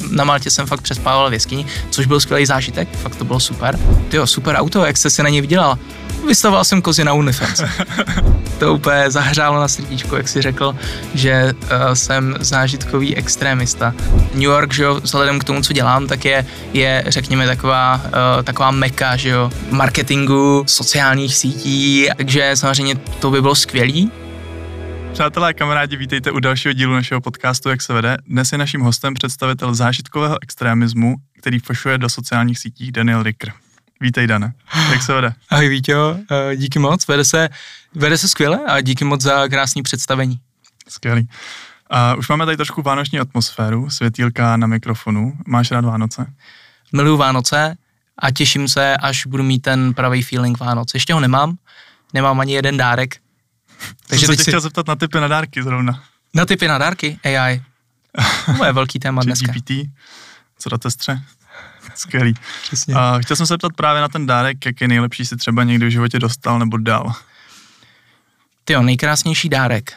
na Maltě jsem fakt přespával v jeskyni, což byl skvělý zážitek, fakt to bylo super. Tyjo, super auto, jak jste si na něj vydělal? Vystavoval jsem kozy na OnlyFans. To úplně zahřálo na srdíčku, jak si řekl, že jsem zážitkový extrémista. New York, že jo, vzhledem k tomu, co dělám, tak je řekněme, taková meka, že jo, marketingu, sociálních sítí, takže samozřejmě to by bylo skvělý. Přátelé a kamarádi, vítejte u dalšího dílu našeho podcastu Jak se vede. Dnes je naším hostem představitel zážitkového extrémismu, který fašuje do sociálních sítí, Daniel Ricker. Vítej, Dane. Jak se vede? Ahoj Víťo, díky moc, vede se skvěle a díky moc za krásné představení. Skvělý. Už máme tady trošku vánoční atmosféru, světýlka na mikrofonu. Máš rád Vánoce? Miluju Vánoce a těším se, až budu mít ten pravý feeling Vánoc. Ještě ho nemám ani jeden dárek. Takže jsem se tě chtěl zeptat na tipy na dárky zrovna. Na tipy na dárky? AI. To je velký téma dneska. GPT, co dáte stře? Skvělý. Přesně. Chtěl jsem se zeptat právě na ten dárek, jaký nejlepší si třeba někdy v životě dostal nebo dal. Tyjo, nejkrásnější dárek.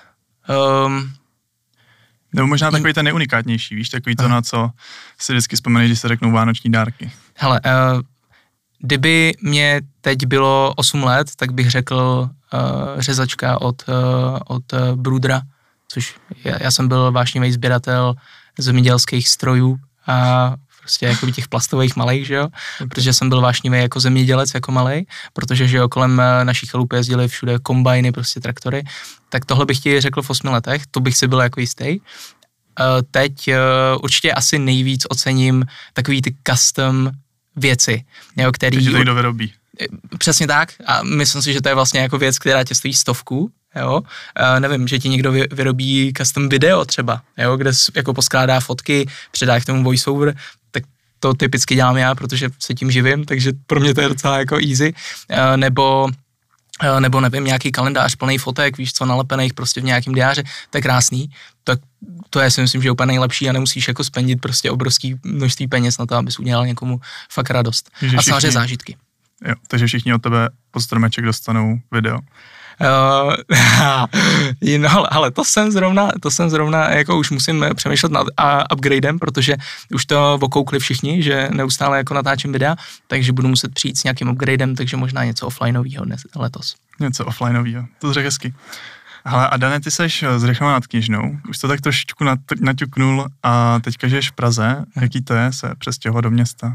Nebo možná takový ten neunikátnější, víš, takový to, na co si vždycky vzpomeneš, když se řeknou vánoční dárky. Hele, kdyby mě teď bylo 8 let, tak bych řekl řezačka od Brudra, což já jsem byl vášnivý sběratel zemědělských strojů a prostě jako těch plastových malých, že jo, protože jsem byl vášnivý jako zemědělec, jako malej, protože, že jo, kolem naší chalupy jezdili všude kombajny, prostě traktory, tak tohle bych ti řekl v 8 letech, to bych si byl jako jistý. Teď určitě asi nejvíc ocením takový ty custom věci, jo, který... Takže to někdo vyrobí. Přesně tak a myslím si, že to je vlastně jako věc, která tě stojí 100, jo, nevím, že ti někdo vyrobí custom video třeba, jo, kde jako poskládá fotky, předá k tomu voiceover, tak to typicky dělám já, protože se tím živím, takže pro mě to je docela jako easy, nebo nevím, nějaký kalendář plný fotek, víš co, nalepených prostě v nějakém diáři, to je krásný, tak to je si myslím, že úplně nejlepší a nemusíš jako spendit prostě obrovský množství peněz na to, abys udělal někomu fakt radost. A samozřejmě zážitky. Jo, takže všichni od tebe pod stromeček dostanou video. No, ale to jsem zrovna, jako už musím přemýšlet nad upgradem, protože už to okoukli všichni, že neustále jako natáčím videa, takže budu muset přijít s nějakým upgradem, takže možná něco offlineového letos. Něco offlineového, to řekl hezky. Hele, a Dane, ty seš z Rychnova nad Kněžnou, už to tak trošičku naťuknul a teďka žiješ v Praze, jaký to je se přestěhovat do města?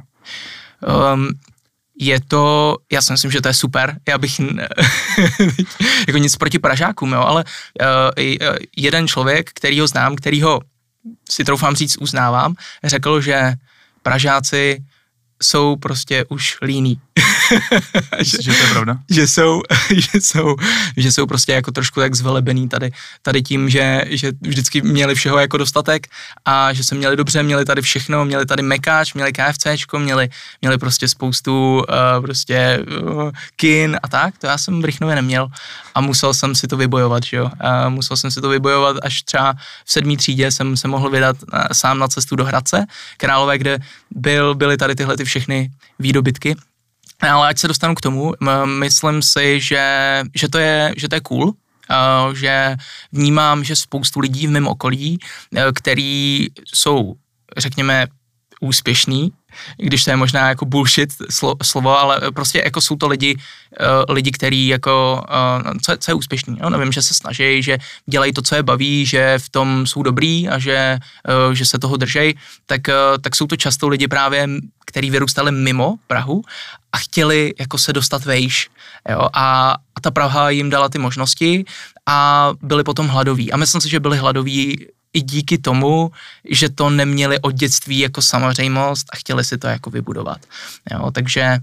Já si myslím, že to je super, já bych jako nic proti Pražákům, jo, ale jeden člověk, kterýho znám, kterýho si troufám říct uznávám, řekl, že Pražáci jsou prostě už líní. Že to je pravda? Že jsou prostě jako trošku tak zvelebený tady tím, že vždycky měli všeho jako dostatek a že se měli dobře, měli tady všechno, měli tady mekáč, měli KFCčko, měli prostě spoustu kin a tak, to já jsem v Rychnově neměl a musel jsem si to vybojovat, že jo. Musel jsem si to vybojovat, až třeba v 7. třídě jsem se mohl vydat sám na cestu do Hradce Králové, kde byly tady tyhle ty všechny výdobytky. Ale ať se dostanu k tomu, myslím si, že to je cool, že vnímám, že spoustu lidí v mém okolí, který jsou, řekněme, úspěšný, když to je možná jako bullshit slovo, ale prostě jako jsou to lidi, který jako, co je úspěšný, jo? Nevím, že se snaží, že dělají to, co je baví, že v tom jsou dobrý a že se toho držej, tak jsou to často lidi právě, který vyrůstali mimo Prahu a chtěli jako se dostat vejš, jo? A ta Praha jim dala ty možnosti a byli potom hladoví. A myslím si, že byli hladoví i díky tomu, že to neměli od dětství jako samozřejmost a chtěli si to jako vybudovat. Jo, takže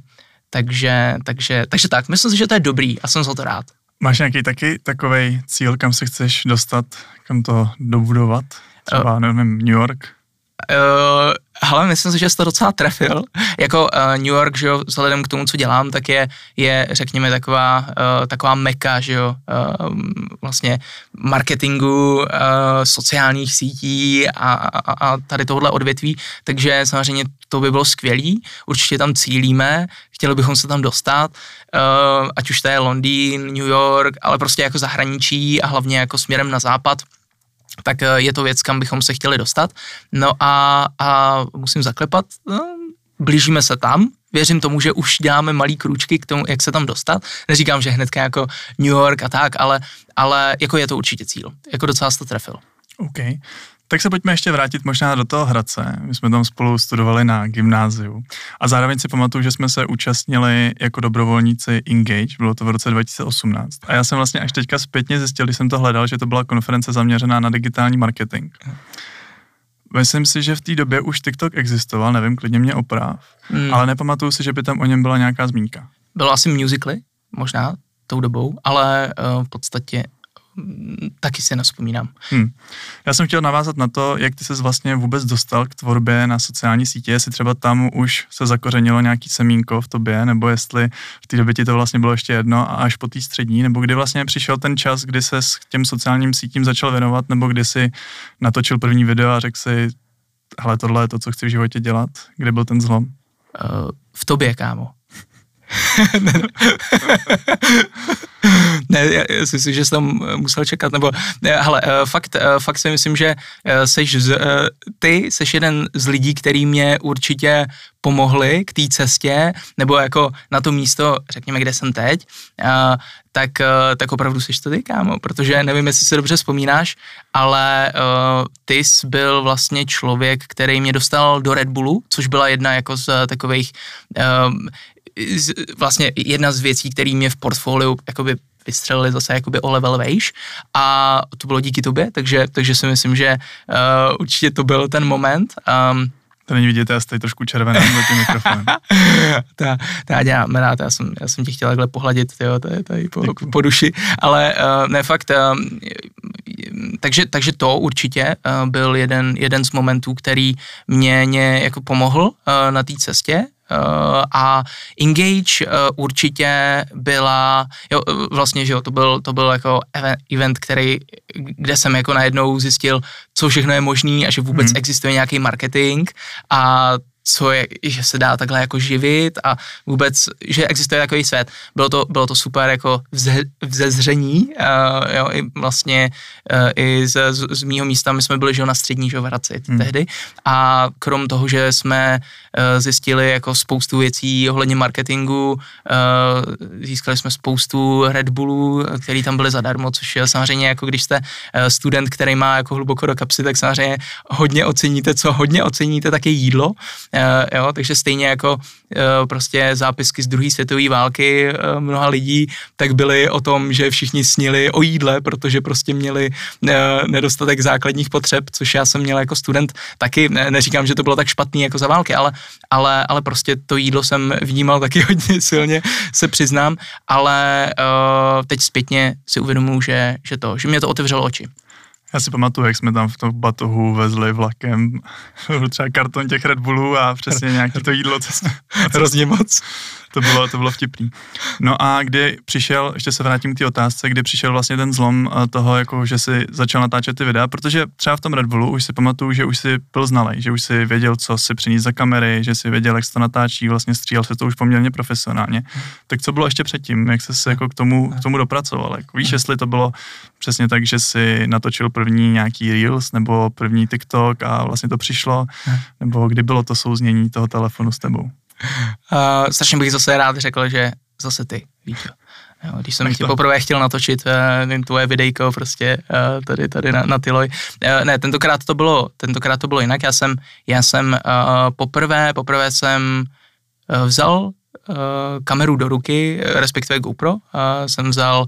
tak, myslím si, že to je dobrý a jsem za to rád. Máš nějaký taky takovej cíl, kam se chceš dostat, kam to dobudovat? Třeba, nevím, New York? Hele, myslím si, že jsi to docela trefil. Jako New York, že jo, vzhledem k tomu, co dělám, tak je řekněme, taková meka, že jo, vlastně marketingu, sociálních sítí a tady tohle odvětví, takže samozřejmě to by bylo skvělý, určitě tam cílíme, chtěli bychom se tam dostat, ať už to je Londýn, New York, ale prostě jako zahraničí a hlavně jako směrem na západ. tak je to věc, kam bychom se chtěli dostat. No a musím zaklepat, blížíme se tam, věřím tomu, že už děláme malý krůčky k tomu, jak se tam dostat. Neříkám, že hnedka jako New York a tak, ale jako je to určitě cíl. Jako docela se to trefil. OK. Tak se pojďme ještě vrátit možná do toho Hradce. My jsme tam spolu studovali na gymnáziu. A zároveň si pamatuju, že jsme se účastnili jako dobrovolníci Engage, bylo to v roce 2018. A já jsem vlastně až teďka zpětně zjistil, když jsem to hledal, že to byla konference zaměřená na digitální marketing. Myslím si, že v té době už TikTok existoval, nevím, klidně mě oprav, ale nepamatuju si, že by tam o něm byla nějaká zmínka. Bylo asi Musical.ly, možná tou dobou, ale v podstatě taky si nevzpomínám. Já jsem chtěl navázat na to, jak ty ses vlastně vůbec dostal k tvorbě na sociální sítě, jestli třeba tam už se zakořenilo nějaký semínko v tobě, nebo jestli v té době ti to vlastně bylo ještě jedno a až po té střední, nebo kdy vlastně přišel ten čas, kdy ses k těm sociálním sítím začal věnovat, nebo kdy si natočil první video a řekl si, hele, tohle je to, co chci v životě dělat. Kde byl ten zlom? V tobě, kámo. Ne, já si myslím, že jsem musel čekat, nebo hele, fakt si myslím, že ty seš jeden z lidí, který mě určitě pomohli k té cestě, nebo jako na to místo, řekněme, kde jsem teď, tak opravdu seš to ty, kámo, protože nevím, jestli si dobře vzpomínáš, ale ty jsi byl vlastně člověk, který mě dostal do Red Bullu, což byla jedna jako z takových vlastně jedna z věcí, které mě v portfoliu jakoby vystřelili zase jakoby o level vejš a to bylo díky tobě, takže si myslím, že určitě to byl ten moment. To není vidět, já stojí trošku červená za tím mikrofonem. To já dělám rád, já jsem tě chtěl takhle pohladit, tyjo, tady po duši, ale ne fakt, takže to určitě byl jeden z momentů, který mě jako pomohl na té cestě. A Engage určitě byla, vlastně, že jo, to byl jako event, kde jsem jako najednou zjistil, co všechno je možný a že vůbec existuje nějaký marketing a co je, že se dá takhle jako živit a vůbec, že existuje takový svět. Bylo to super jako vzezření, jo, i vlastně i z mýho místa, my jsme byli, že jo, na střední, že jo, v Hradci tehdy a krom toho, že jsme zjistili jako spoustu věcí ohledně marketingu, získali jsme spoustu Red Bullů, který tam byly zadarmo, což je samozřejmě jako když jste student, který má jako hluboko do kapsy, tak samozřejmě hodně oceníte, tak je jídlo, jo, takže stejně jako prostě zápisky z druhé světové války mnoha lidí, tak byly o tom, že všichni snili o jídle, protože prostě měli nedostatek základních potřeb, což já jsem měl jako student taky, neříkám, že to bylo tak špatný jako za války, ale prostě to jídlo jsem vnímal taky hodně silně, se přiznám, ale teď zpětně si uvědomuji, že mě to otevřelo oči. Já si pamatuju, jak jsme tam v tom batohu vezli vlakem třeba karton těch Red Bullů a přesně nějaké to jídlo, co jsme... Hrozně moc. To bylo vtipný. No a kdy přišel, ještě se vrátím k té otázce, kdy přišel vlastně ten zlom toho, jako, že si začal natáčet ty videa, protože třeba v tom Red Bullu už si pamatuju, že už si byl znalej, že už si věděl, co si přinést za kamery, že si věděl, jak se to natáčí, vlastně stříhal se to už poměrně profesionálně. Tak co bylo ještě předtím, jak jsi se jako k tomu dopracoval? Jako, víš, jestli to bylo přesně tak, že si natočil první nějaký Reels nebo první TikTok a vlastně to přišlo, nebo kdy bylo to souznění toho telefonu s tebou? Strašně bych zase rád řekl, že zase ty, víš jo. Když jsem tě poprvé chtěl natočit tvoje videjko prostě tady na Tyloj. Ne, tentokrát to bylo jinak. Já jsem poprvé jsem vzal kameru do ruky, respektive GoPro, jsem vzal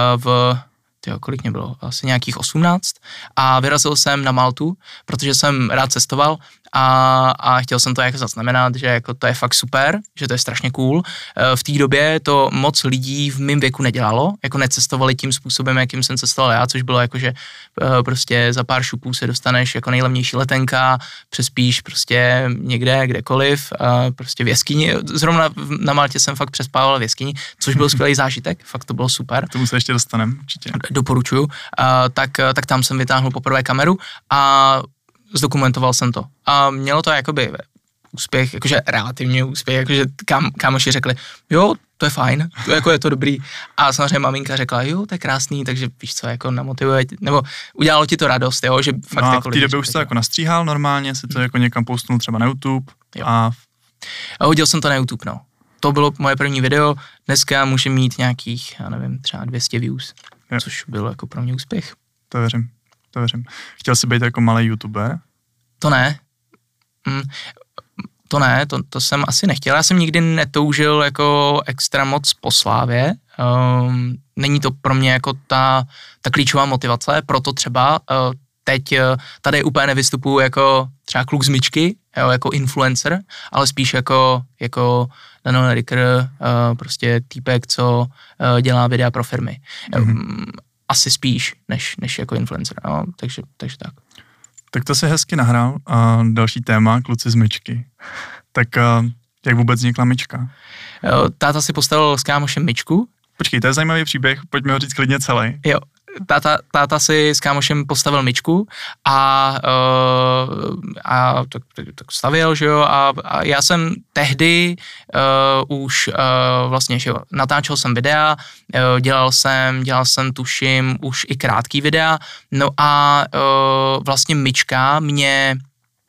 kolik mě bylo, asi nějakých 18 a vyrazil jsem na Maltu, protože jsem rád cestoval a chtěl jsem to jako zaznamenat, že jako to je fakt super, že to je strašně cool. V té době to moc lidí v mém věku nedělalo, jako necestovali tím způsobem, jakým jsem cestoval já, což bylo jako, že prostě za pár šupů se dostaneš jako nejlevnější letenka, přespíš prostě někde, kdekoliv, prostě v jeskyni. Zrovna na Maltě jsem fakt přespával v jeskyni, což byl skvělý zážitek, fakt to bylo super. Tomu se ještě dostaneme, určitě. Doporučuju. Tak tam jsem vytáhnul poprvé kameru a zdokumentoval jsem to. A mělo to jakoby úspěch, jakože relativně úspěch, jakože kámoši řekli, jo, to je fajn, to jako je to dobrý. A samozřejmě maminka řekla, jo, to je krásný, takže víš co, jako namotivuje, nebo udělalo ti to radost, jo, že fakt no jako v té době už to jako nastříhal normálně, si to jako někam postnul třeba na YouTube a hodil jsem to na YouTube, no. To bylo moje první video, dneska může mít nějakých, já nevím, třeba 200 views, což bylo jako pro mě úspěch. To věřím. Chtěl jsi být jako malý YouTuber? To ne. To jsem asi nechtěl. Já jsem nikdy netoužil jako extra moc po slávě. Není to pro mě jako ta klíčová motivace, proto třeba teď tady úplně nevystupuji jako třeba kluk z myčky, jo, jako influencer, ale spíš jako Daniel Ricker, prostě týpek, co dělá videa pro firmy. Asi spíš, než jako influencer, no, takže tak. Tak to si hezky nahrál. Další téma, kluci z myčky. Tak jak vůbec vznikla myčka? Táta si postavil s kámošem myčku. Počkej, to je zajímavý příběh, pojďme ho říct klidně celý. Jo, táta si s kámošem postavil myčku a tak stavěl, že jo, a já jsem tehdy už vlastně, že jo, natáčel jsem videa, dělal jsem tuším už i krátký videa, no a vlastně myčka mě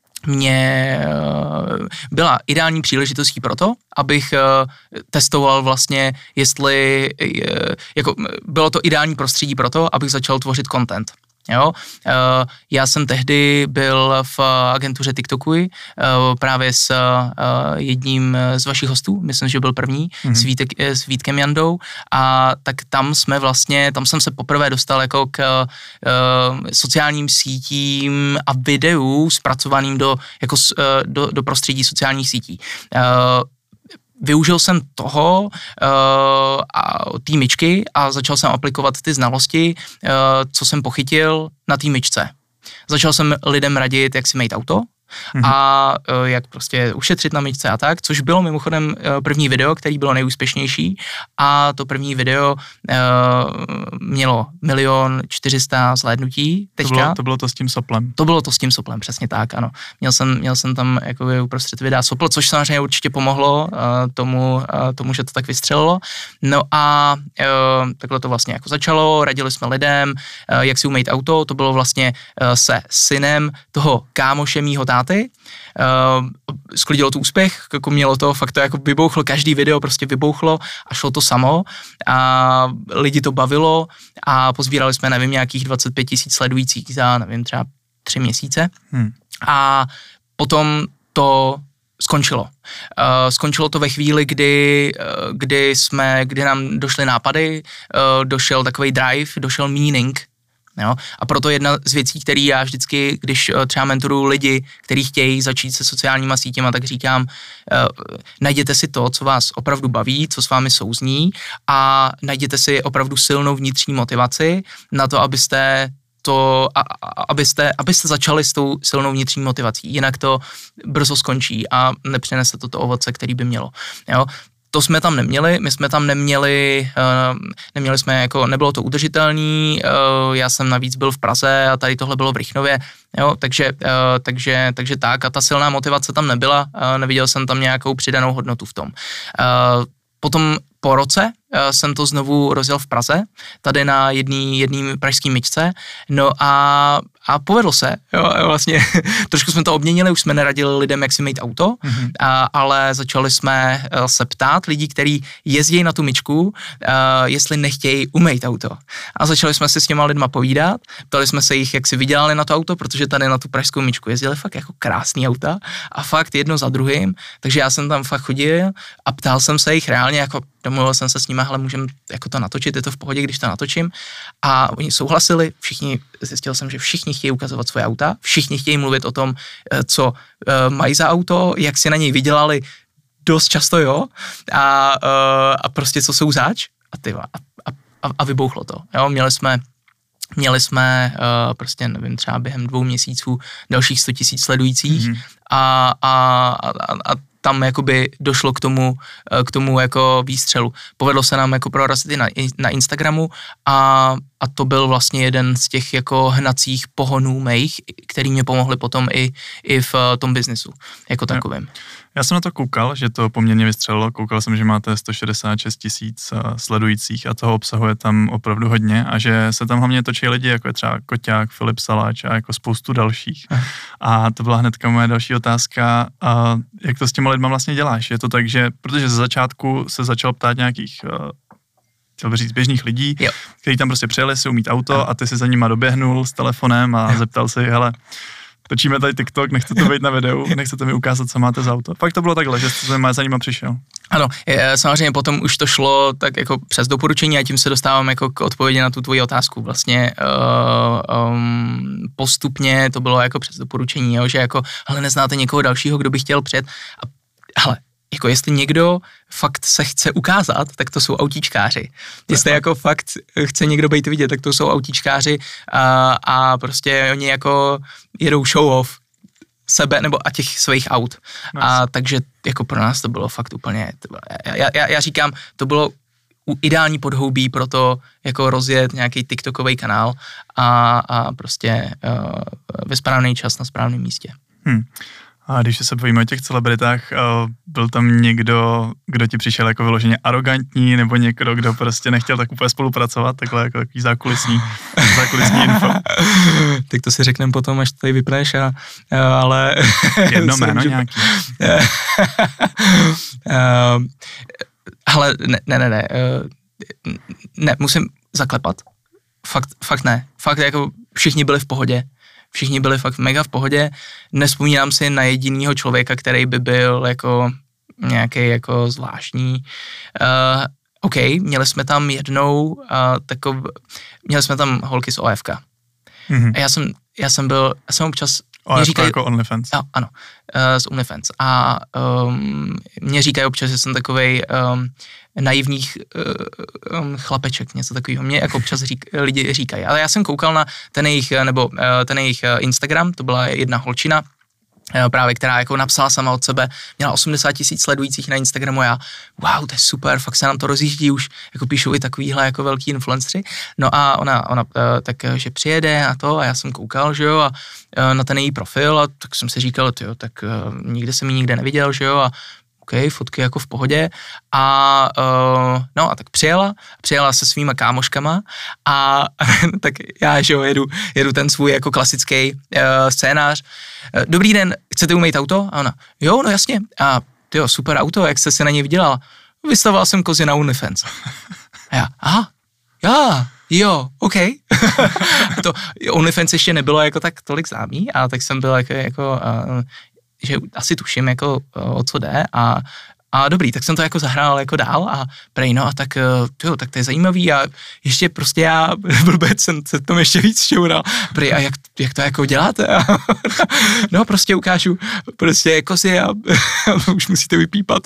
byla ideální příležitostí pro to, abych testoval vlastně, jestli, jako bylo to ideální prostředí pro to, abych začal tvořit content. Jo? Já jsem tehdy byl v agentuře TikToku právě s jedním z vašich hostů, myslím, že byl první, s Vítkem Jandou, a tak tam jsem se poprvé dostal jako k sociálním sítím a videů zpracovaným do prostředí sociálních sítí. Využil jsem toho a té myčky a začal jsem aplikovat ty znalosti, co jsem pochytil na té myčce. Začal jsem lidem radit, jak si mít auto a jak prostě ušetřit na myčce a tak, což bylo mimochodem první video, který bylo nejúspěšnější, a to první video mělo 1 400 000 zhlédnutí teďka. To bylo to s tím soplem. To bylo to s tím soplem, přesně tak, ano. Měl jsem tam jako uprostřed videa sopl, což samozřejmě určitě pomohlo tomu, že to tak vystřelilo. No a takhle to vlastně jako začalo, radili jsme lidem, jak si umýt auto, to bylo vlastně se synem toho kámoše mýho táty. Sklidilo to úspěch, jako mělo to, fakt to jako vybouchlo, každý video prostě vybouchlo a šlo to samo a lidi to bavilo a pozbírali jsme, nevím, nějakých 25 000 sledujících za, nevím, třeba 3 měsíce a potom to skončilo. Skončilo to ve chvíli, kdy nám došly nápady, došel takovej drive, došel meaning. Jo? A proto jedna z věcí, které já vždycky, když třeba mentoruju lidi, kteří chtějí začít se sociálníma sítěma, tak říkám, najděte si to, co vás opravdu baví, co s vámi souzní, a najděte si opravdu silnou vnitřní motivaci na to, abyste začali s tou silnou vnitřní motivací, jinak to brzo skončí a nepřinese to ovoce, který by mělo. Jo? To jsme tam neměli, nebylo to udržitelný, já jsem navíc byl v Praze a tady tohle bylo v Rychnově, jo, takže tak, a ta silná motivace tam nebyla, neviděl jsem tam nějakou přidanou hodnotu v tom. Potom po roce jsem to znovu rozjel v Praze, tady na jedné pražské myčce, no a povedlo se, jo, vlastně trošku jsme to obměnili, už jsme neradili lidem, jak si mít auto, ale začali jsme se ptát lidí, kteří jezdí na tu myčku, jestli nechtějí umýt auto. A začali jsme si s těma lidma povídat, ptali jsme se jich, jak si vydělali na to auto, protože tady na tu pražskou myčku jezdili fakt jako krásný auta a fakt jedno za druhým, takže já jsem tam fakt chodil a ptal jsem se jich reálně, jako domluvil jsem se s nimi, hele, můžeme jako to natočit, je to v pohodě, když to natočím, a oni souhlasili, zjistil jsem, že všichni chtějí ukazovat svoje auta, všichni chtějí mluvit o tom, co mají za auto, jak si na něj vydělali, dost často, jo, a prostě co jsou zač, a vybouchlo to, jo, měli jsme prostě, nevím, třeba během 2 měsíců dalších 100 000 sledujících a tam jakoby došlo k tomu jako výstřelu. Povedlo se nám jako prorazit i na Instagramu a to byl vlastně jeden z těch jako hnacích pohonů mých, který mě pomohly potom i v tom biznesu jako takovým. Já jsem na to koukal, že to poměrně vystřelilo. Koukal jsem, že máte 166 000 sledujících a toho obsahu je tam opravdu hodně a že se tam hlavně točí lidi, jako je třeba Koťák, Filip Saláč a jako spoustu dalších. A to byla hnedka moje další otázka, jak to s těma lidma vlastně děláš? Je to tak, že, protože ze začátku se začal ptát nějakých chtěl bych říct běžných lidí, kteří tam prostě přijeli si umít auto a ty si za nima doběhnul s telefonem a zeptal si, hele, točíme tady TikTok, nechcete to být na videu, nechcete mi ukázat, co máte za auto. Fakt to bylo takhle, že jste za nima přišel. Ano, samozřejmě potom už to šlo tak jako přes doporučení a tím se dostávám jako k odpovědi na tu tvoji otázku. Vlastně postupně to bylo jako přes doporučení, jo, že jako, hele, neznáte někoho dalšího, kdo by chtěl přijet a hele, jako jestli někdo fakt se chce ukázat, tak to jsou autíčkáři. Jestli jako fakt chce někdo být vidět, tak to jsou autíčkáři a prostě oni jako jedou show off sebe nebo a těch svých aut. Nice. A takže jako pro nás to bylo fakt úplně, já říkám, to bylo ideální podhoubí pro to jako rozjet nějaký TikTokový kanál a prostě ve správný čas na správném místě. A když se bavíme o těch celebritách, byl tam někdo, kdo ti přišel jako vyloženě arrogantní, nebo někdo, kdo prostě nechtěl tak úplně spolupracovat, takhle jako takový zákulisní info? Tak to si řekneme potom, až tady vypneš, ale... Jedno jméno nějaký. Hele, ne, musím zaklepat. Fakt ne. Fakt jako všichni byli v pohodě. Všichni byli fakt mega v pohodě. Nevzpomínám si na jedinýho člověka, který by byl jako nějaký jako zvláštní. OK, měli jsme tam jednou měli jsme tam holky z OFK. Mm-hmm. A já jsem občas... OFK říkají, jako OnlyFans. Ano, z OnlyFans. A mě říkají občas, že jsem takovej naivních chlapeček, něco takového. Mě jako občas lidi říkají. Ale já jsem koukal na ten jejich Instagram, to byla jedna holčina, právě, která jako napsala sama od sebe, měla 80 000 sledujících na Instagramu a já, wow, to je super, fakt se nám to rozjíždí už, jako píšou i takovýhle jako velký influenceři. No a ona takže přijede a to a já jsem koukal, že jo, a na ten její profil a tak jsem si říkal, tyjo, tak nikde jsem ji nikde neviděl, že jo, a OK, fotky jako v pohodě a no a tak přijela se svýma kámoškama a tak já, že jo, jedu ten svůj jako klasický scénář. Dobrý den, chcete umýt auto? A ona, jo, no jasně. A tyjo, super auto, jak jste si na něj vydělala? Vystavoval jsem kozy na OnlyFans. A já, aha, jo, OK. To OnlyFans ještě nebylo jako tak tolik známý a tak jsem byl jako že asi tuším, jako o co jde a dobrý, tak jsem to jako zahrál jako dál a prej, no a tak, tak to je zajímavý a ještě prostě já blbec jsem se tomu ještě víc šťoural, prej a jak to jako děláte? No prostě ukážu prostě jako si a už musíte vypípat.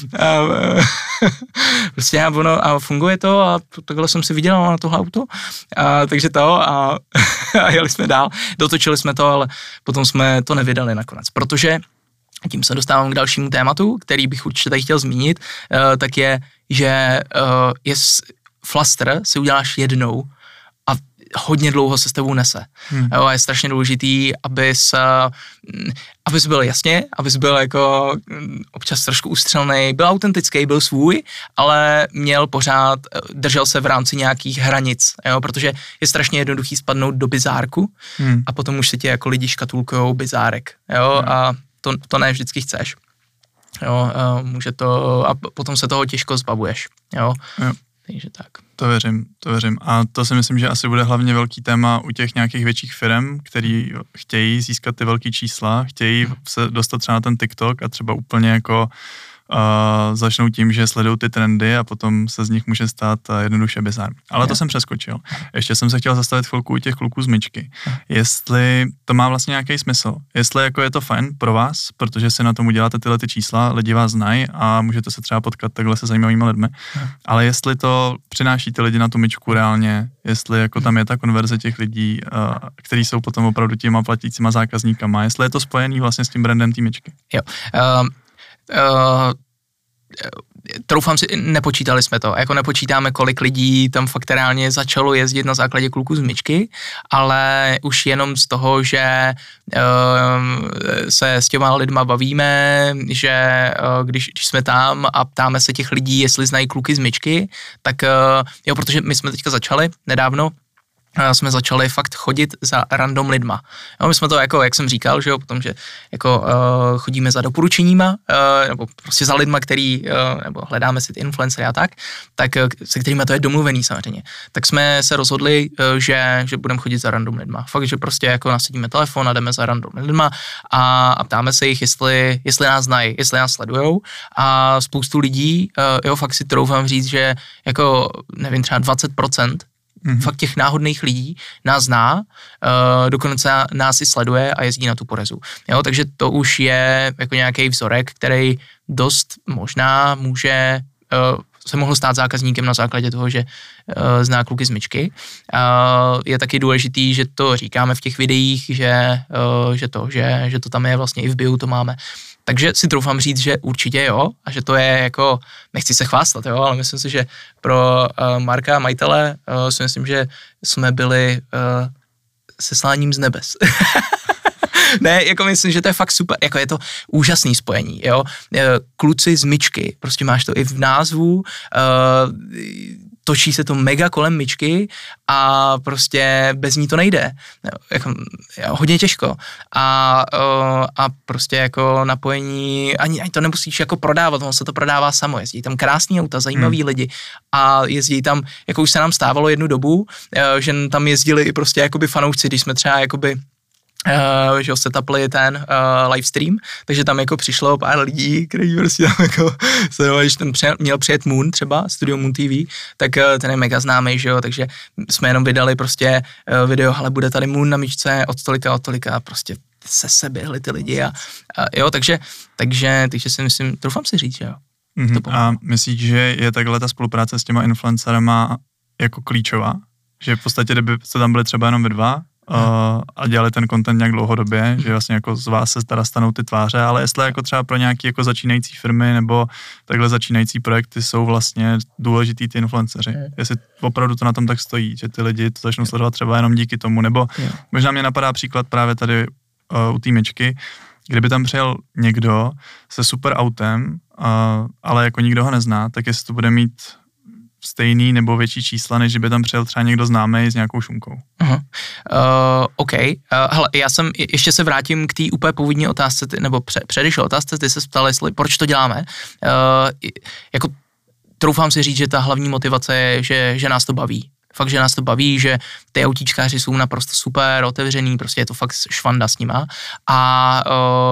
Prostě a funguje to a takhle jsem si vydělal na tohle auto, takže to a jeli jsme dál, dotočili jsme to, ale potom jsme to nevydali nakonec, protože tím se dostávám k dalšímu tématu, který bych určitě tady chtěl zmínit, tak je, že flaster si uděláš jednou a hodně dlouho se s tebou nese. Jo, a je strašně důležitý, abys byl jasně, abys byl jako občas trošku ústřelnej, byl autentický, byl svůj, ale držel se v rámci nějakých hranic, jo, protože je strašně jednoduchý spadnout do bizárku a potom už se tě jako lidi škatulkujou bizárek, jo, a to ne vždycky chceš. Jo, může to, a potom se toho těžko zbavuješ, jo. Takže tak. To věřím. A to si myslím, že asi bude hlavně velký téma u těch nějakých větších firm, který chtějí získat ty velký čísla, chtějí se dostat třeba na ten TikTok a třeba úplně jako začnou tím, že sledují ty trendy a potom se z nich může stát jednoduše bizár. Ale to jsem přeskočil. Ještě jsem se chtěl zastavit chvilku u těch kluků z myčky. Jestli to má vlastně nějaký smysl. Jestli jako je to fajn pro vás, protože si na tom uděláte tyhle ty čísla, lidi vás znají a můžete se třeba potkat takhle se zajímavými lidmi. Ale jestli to přináší ty lidi na tu myčku reálně, jestli jako tam je ta konverze těch lidí, kteří jsou potom opravdu těma platícíma zákazníkama, jestli je to spojený vlastně s tím brandem té myčky. Jo. troufám si, nepočítali jsme to, jako nepočítáme, kolik lidí tam fakt reálně začalo jezdit na základě Kluků z Myčky, ale už jenom z toho, že se s těma lidma bavíme, že když jsme tam a ptáme se těch lidí, jestli znají Kluky z Myčky, tak jo, protože my jsme teďka začali nedávno, jsme začali fakt chodit za random lidma. Jo, my jsme to jako, jak jsem říkal, že jo, potom, že jako chodíme za doporučeníma, nebo prostě za lidma, který, nebo hledáme si ty influencery a tak se kterými to je domluvený samozřejmě. Tak jsme se rozhodli, že budeme chodit za random lidma. Fakt, že prostě jako nasadíme telefon a jdeme za random lidma a ptáme se jich, jestli nás znají, jestli nás sledujou a spoustu lidí, jo, fakt si troufám říct, že jako, nevím, třeba 20% fakt těch náhodných lidí nás zná, dokonce nás i sleduje a jezdí na tu Porezu. Jo, takže to už je jako nějaký vzorek, který dost možná může se mohl stát zákazníkem na základě toho, že zná Kluky z Myčky. Je taky důležitý, že to říkáme v těch videích, že to tam je vlastně i v bio to máme. Takže si troufám říct, že určitě jo, a že to je jako, nechci se chvástat, jo, ale myslím si, že pro Marka a majitele si myslím, že jsme byli sesláním z nebes. Ne, jako myslím, že to je fakt super, jako je to úžasný spojení, jo. Kluci z Myčky, prostě máš to i v názvu, točí se to mega kolem Myčky a prostě bez ní to nejde. Jako, hodně těžko. A prostě jako napojení, ani to nemusíš jako prodávat, ono se to prodává samo. Jezdí tam krásný auta, zajímaví lidi a jezdí tam, jako už se nám stávalo jednu dobu, že tam jezdili i prostě jakoby fanoušci, když jsme třeba jakoby že setupli ten livestream, takže tam jako přišlo pár lidí, kteří prostě tam jako sledovali, že ten měl přijet Moon třeba, Studio Moon TV, tak ten je mega známý, že jo, takže jsme jenom vydali prostě video, ale bude tady Moon na Myčce od tolika, prostě se běhli ty lidi a jo, takže si myslím, troufám si říct, že jo. A myslíš, že je takhle ta spolupráce s těma influencerama jako klíčová? Že v podstatě, kdyby jste tam byli třeba jenom vy dva, a dělali ten content nějak dlouhodobě, že vlastně jako z vás se teda stanou ty tváře, ale jestli jako třeba pro nějaký jako začínající firmy nebo takhle začínající projekty jsou vlastně důležitý ty influenceři. Jestli opravdu to na tom tak stojí, že ty lidi to začnou sledovat třeba jenom díky tomu, nebo možná mě napadá příklad právě tady u té Myčky, kdyby tam přijel někdo se super autem, ale jako nikdo ho nezná, tak jestli to bude mít stejný nebo větší čísla, než by tam přijel třeba někdo známý s nějakou šunkou. OK. Hele, ještě se vrátím k té úplně původní otázce, nebo předešlé otázce, ty se ptal, jestli, proč to děláme. Jako troufám si říct, že ta hlavní motivace je, že nás to baví. Fakt, že nás to baví, že ty autíčkáři jsou naprosto super, otevřený, prostě je to fakt švanda s nima. A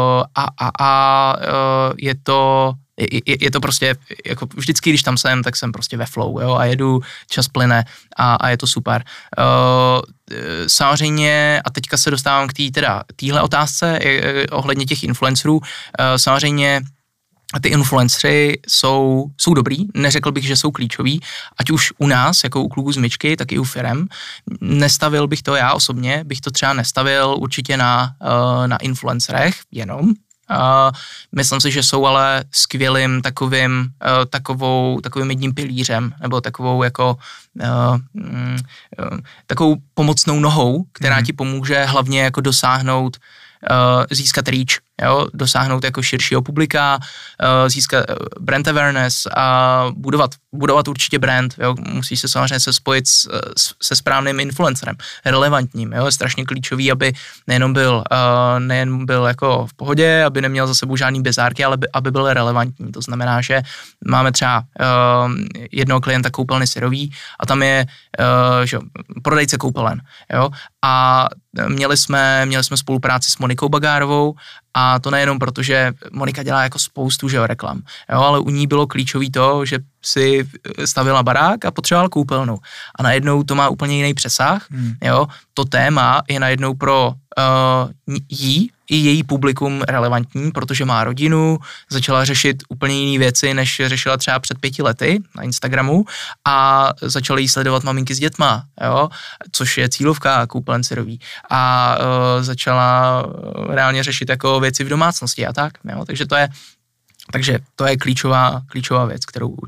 je to prostě, jako vždycky, když tam jsem, tak jsem prostě ve flow, jo, a jedu, čas plyne a je to super. Samozřejmě, a teďka se dostávám k téhle otázce ohledně těch influencerů, samozřejmě ty influencery jsou dobrý, neřekl bych, že jsou klíčoví, ať už u nás, jako u Kluků z Myčky, tak i u firem. Nestavil bych to já osobně, bych to třeba nestavil určitě na influencerech jenom. Myslím si, že jsou ale skvělým takovým jedním pilířem, nebo takovou jako takovou pomocnou nohou, která ti pomůže hlavně jako dosáhnout, získat reach, jo, dosáhnout jako širšího publika, získat brand awareness a budovat určitě brand, jo, musíš se samozřejmě spojit se správným influencerem, relevantním, jo, je strašně klíčový, aby nejen byl jako v pohodě, aby neměl za sebou žádný bizárky, ale aby byl relevantní, to znamená, že máme třeba jednoho klienta koupelny Syrový a tam je že, prodejce koupelen, jo, a měli jsme spolupráci s Monikou Bagárovou a to nejenom proto, že Monika dělá jako spoustu reklam, jo, ale u ní bylo klíčový to, že si stavila barák a potřeboval koupelnu. A najednou to má úplně jiný přesah, jo, to téma je najednou pro jí i její publikum relevantní, protože má rodinu, začala řešit úplně jiné věci, než řešila třeba před 5 lety na Instagramu a začaly jí sledovat maminky s dětma, jo, což je cílovka koupelen Syrový a začala reálně řešit jako věci v domácnosti a tak, jo, takže Takže to je klíčová věc,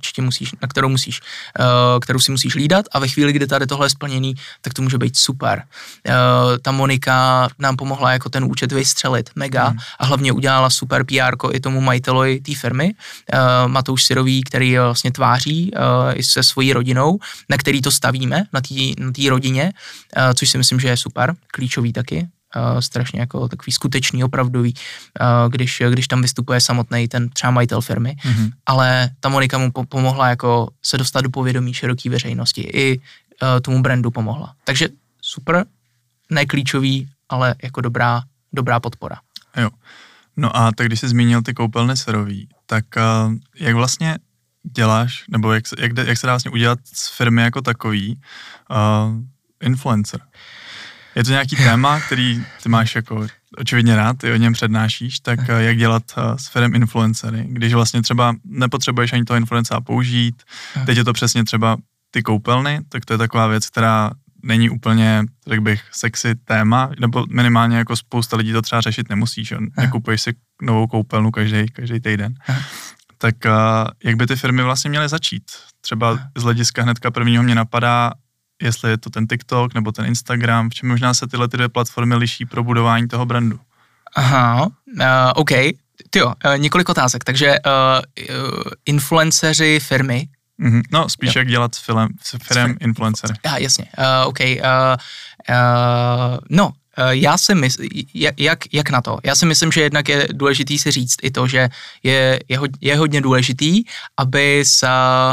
kterou si musíš hlídat a ve chvíli, kdy tady tohle je splněný, tak to může být super. Ta Monika nám pomohla jako ten účet vystřelit, mega, a hlavně udělala super PR i tomu majitelovi té firmy, Matouš Syrový, který je vlastně tváří i se svojí rodinou, na který to stavíme, na té rodině, což si myslím, že je super, klíčový taky. Strašně jako takový skutečný, opravdový, když tam vystupuje samotný ten třeba majitel firmy, ale ta Monika mu pomohla jako se dostat do povědomí široké veřejnosti, i tomu brandu pomohla. Takže super, ne klíčový, ale jako dobrá podpora. Jo. No a tak když jsi zmínil ty koupelny Syrový, tak jak vlastně děláš, nebo jak se dá vlastně udělat z firmy jako takový influencer? Je to nějaký téma, který ty máš jako očividně rád, ty o něm přednášíš, tak jak dělat s firem influencery, když vlastně třeba nepotřebuješ ani toho influencera použít, teď je to přesně třeba ty koupelny, tak to je taková věc, která není úplně, řekl bych, sexy téma, nebo minimálně jako spousta lidí to třeba řešit nemusí, že nekupuješ si novou koupelnu každý týden. Tak jak by ty firmy vlastně měly začít? Třeba z hlediska hnedka prvního mě napadá, jestli je to ten TikTok nebo ten Instagram, v čem možná se tyhle dvě platformy liší pro budování toho brandu. Aha, OK. Několik otázek. Takže influenceři firmy. No, spíš jak dělat firem influencery. Jasně, OK. Já si myslím, jak na to? Já si myslím, že jednak je důležitý si říct i to, že je hodně důležitý, abys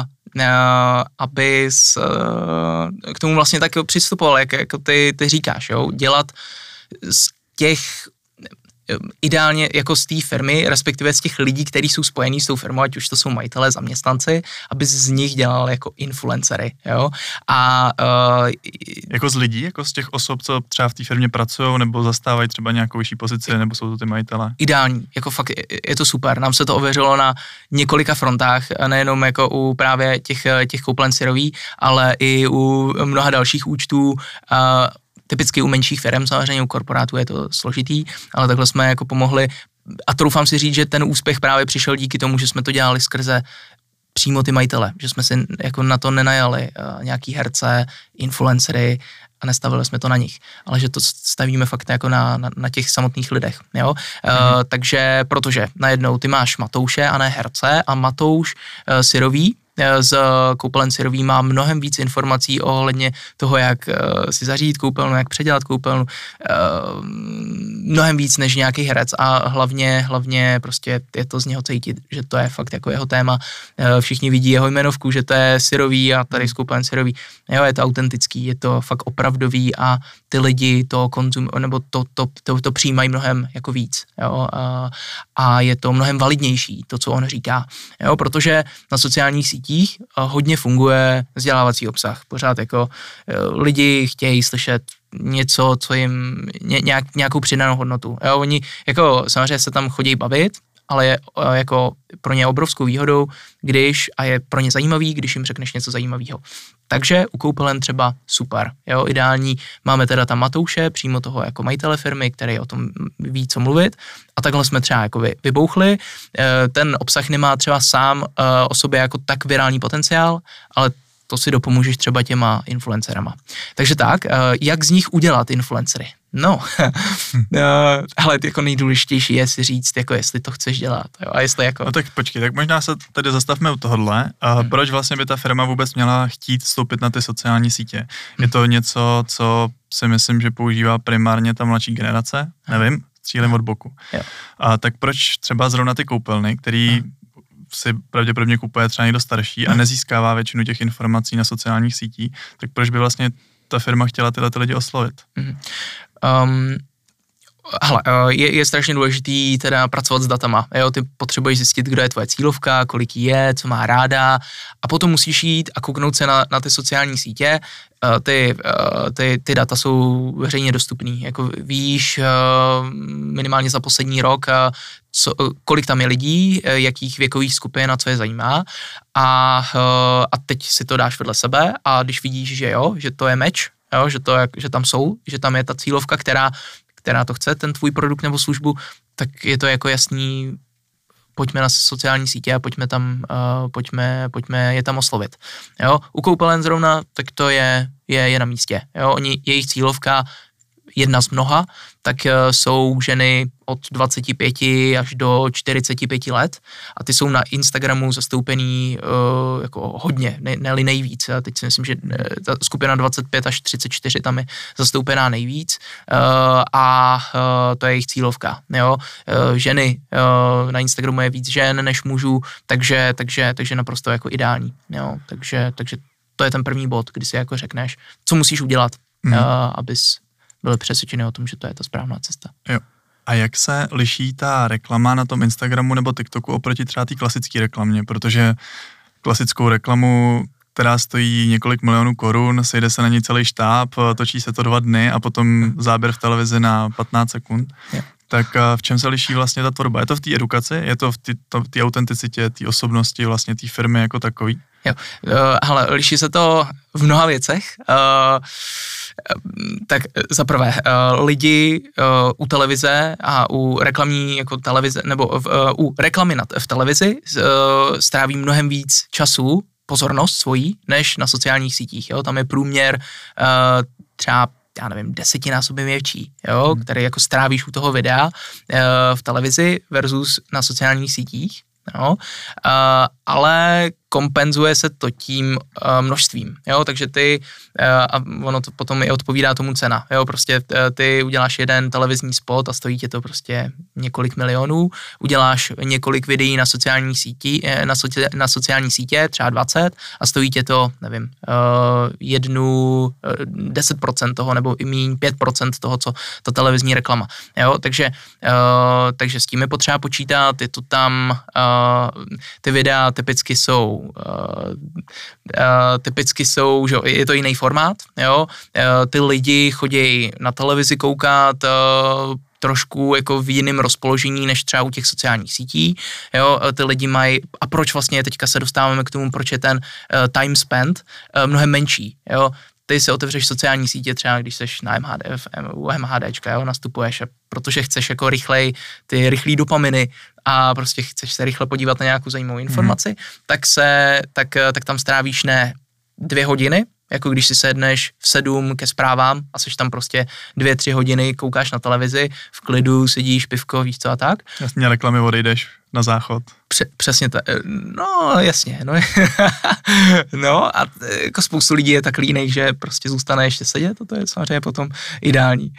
k tomu vlastně tak přistupoval, jako ty říkáš, jo? Dělat z těch ideálně jako z té firmy, respektive z těch lidí, kteří jsou spojení s tou firmou, ať už to jsou majitelé, zaměstnanci, aby z nich dělal jako influencery, jo. A jako z lidí, jako z těch osob, co třeba v té firmě pracují, nebo zastávají třeba nějakou vyšší pozici, nebo jsou to ty majitelé? Ideální, jako fakt je to super. Nám se to ověřilo na několika frontách, nejenom jako u právě těch koupelen Syrový, ale i u mnoha dalších účtů, typicky u menších firm, samozřejmě u korporátů je to složitý, ale takhle jsme jako pomohli a troufám si říct, že ten úspěch právě přišel díky tomu, že jsme to dělali skrze přímo ty majitele, že jsme si jako na to nenajali nějaký herce, influencery a nestavili jsme to na nich, ale že to stavíme fakt jako na těch samotných lidech, jo. Takže protože najednou ty máš Matouše a ne herce a Matouš Syrový z koupelen Syrový má mnohem víc informací ohledně toho, jak si zařídit koupelnu, jak předělat koupelnu, mnohem víc než nějaký herec a hlavně prostě je to z něho cítit, že to je fakt jako jeho téma. Všichni vidí jeho jmenovku, že to je Syrový a tady z koupelen Syrový. Jo, je to autentický, je to fakt opravdový a ty lidi to nebo to přijímají mnohem jako víc. Jo, a je to mnohem validnější, to, co on říká. Jo, protože na sociálních sítích hodně funguje vzdělávací obsah. Pořád jako lidi chtějí slyšet něco, co jim nějakou přidanou hodnotu. Jo, oni jako samozřejmě se tam chodí bavit, ale je jako pro ně obrovskou výhodou, a je pro ně zajímavý, když jim řekneš něco zajímavého. Takže u koupelen třeba super, jo, ideální. Máme teda tam Matouše, přímo toho jako majitele firmy, který o tom ví, co mluvit a takhle jsme třeba jako vybouchli. Ten obsah nemá třeba sám o sobě jako tak virální potenciál, ale to si dopomůžeš třeba těma influencerama. Takže tak, jak z nich udělat influencery? No, ale jako nejdůležitější je si říct, jako jestli to chceš dělat. Jo, a jestli jako... No tak počkej, tak možná se tady zastavme u tohohle. Proč vlastně by ta firma vůbec měla chtít vstoupit na ty sociální sítě? Je to něco, co si myslím, že používá primárně ta mladší generace? Nevím, střílím od boku. Tak proč třeba zrovna ty koupelny, který si pravděpodobně kupuje třeba někdo starší a nezískává většinu těch informací na sociálních sítích, tak proč by vlastně ta firma chtěla tyhle lidi oslovit? Je strašně důležitý teda pracovat s datama. Jo? Ty potřebuješ zjistit, kdo je tvoje cílovka, kolik jí je, co má ráda a potom musíš jít a kouknout se na ty sociální sítě. Ty data jsou veřejně dostupný. Jako víš minimálně za poslední rok, kolik tam je lidí, jakých věkových skupin a co je zajímá a teď si to dáš vedle sebe a když vidíš, že jo, že to je match, jo, že tam jsou, že tam je ta cílovka, která to chce, ten tvůj produkt nebo službu, tak je to jako jasný pojďme na sociální sítě a pojďme tam, pojďme je tam oslovit. Jo? U koupelen zrovna, tak to je na místě. Jo? Jejich cílovka, jedna z mnoha, tak jsou ženy od 25 až do 45 let a ty jsou na Instagramu zastoupený jako hodně, ne-li nejvíc. A teď si myslím, že ta skupina 25 až 34 tam je zastoupená nejvíc a to je jejich cílovka. Jo? Ženy na Instagramu je víc žen než mužů, takže naprosto jako ideální. Jo? Takže to je ten první bod, kdy si jako řekneš, co musíš udělat, abys byli přesvědčeni o tom, že to je ta správná cesta. Jo. A jak se liší ta reklama na tom Instagramu nebo TikToku oproti třeba té klasické reklamě? Protože klasickou reklamu, která stojí několik milionů korun, sejde se na ní celý štáb, točí se to 2 dny a potom záběr v televizi na 15 sekund. Jo. Tak v čem se liší vlastně ta tvorba? Je to v té edukaci? Je to v té autenticitě, té osobnosti vlastně té firmy jako takový? Jo, hele, liší se to v mnoha věcech. Tak za prvé, lidi u televize a u reklamní jako televize, nebo u reklamy v televizi stráví mnohem víc času, pozornost svojí, než na sociálních sítích. Jo? Tam je průměr třeba, já nevím, 10násobně větší, jo? Který jako strávíš u toho videa v televizi versus na sociálních sítích. Jo? Ale kompenzuje se to tím množstvím, jo, takže ty, a ono to potom i odpovídá tomu cena, jo, prostě ty uděláš jeden televizní spot a stojí tě to prostě několik milionů, uděláš několik videí na sociální na sociální sítě, třeba 20 a stojí tě to, nevím, 10% toho, nebo i míň 5% toho, co ta televizní reklama, jo, takže s tím je potřeba počítat, je to tam, ty videa typicky jsou, že je to jiný formát, jo, ty lidi chodí na televizi koukat trošku jako v jiném rozpoložení než třeba u těch sociálních sítí, jo, ty lidi mají, a proč vlastně teďka se dostáváme k tomu, proč je ten time spent mnohem menší, jo, ty si otevřeš sociální sítě třeba, když seš na u MHDčka, jo, nastupuješ, protože chceš jako rychlý dopaminy a prostě chceš se rychle podívat na nějakou zajímavou informaci, tak tam strávíš ne 2 hodiny, jako když si sedneš v 7 ke zprávám a seš tam prostě 2-3 hodiny, koukáš na televizi, v klidu, sedíš, pivko, víš co a tak. Jasně, reklamy odejdeš na záchod. Přesně tak, no jasně, no a jako spoustu lidí je tak línej, že prostě zůstane ještě sedět, to je samozřejmě potom ideální.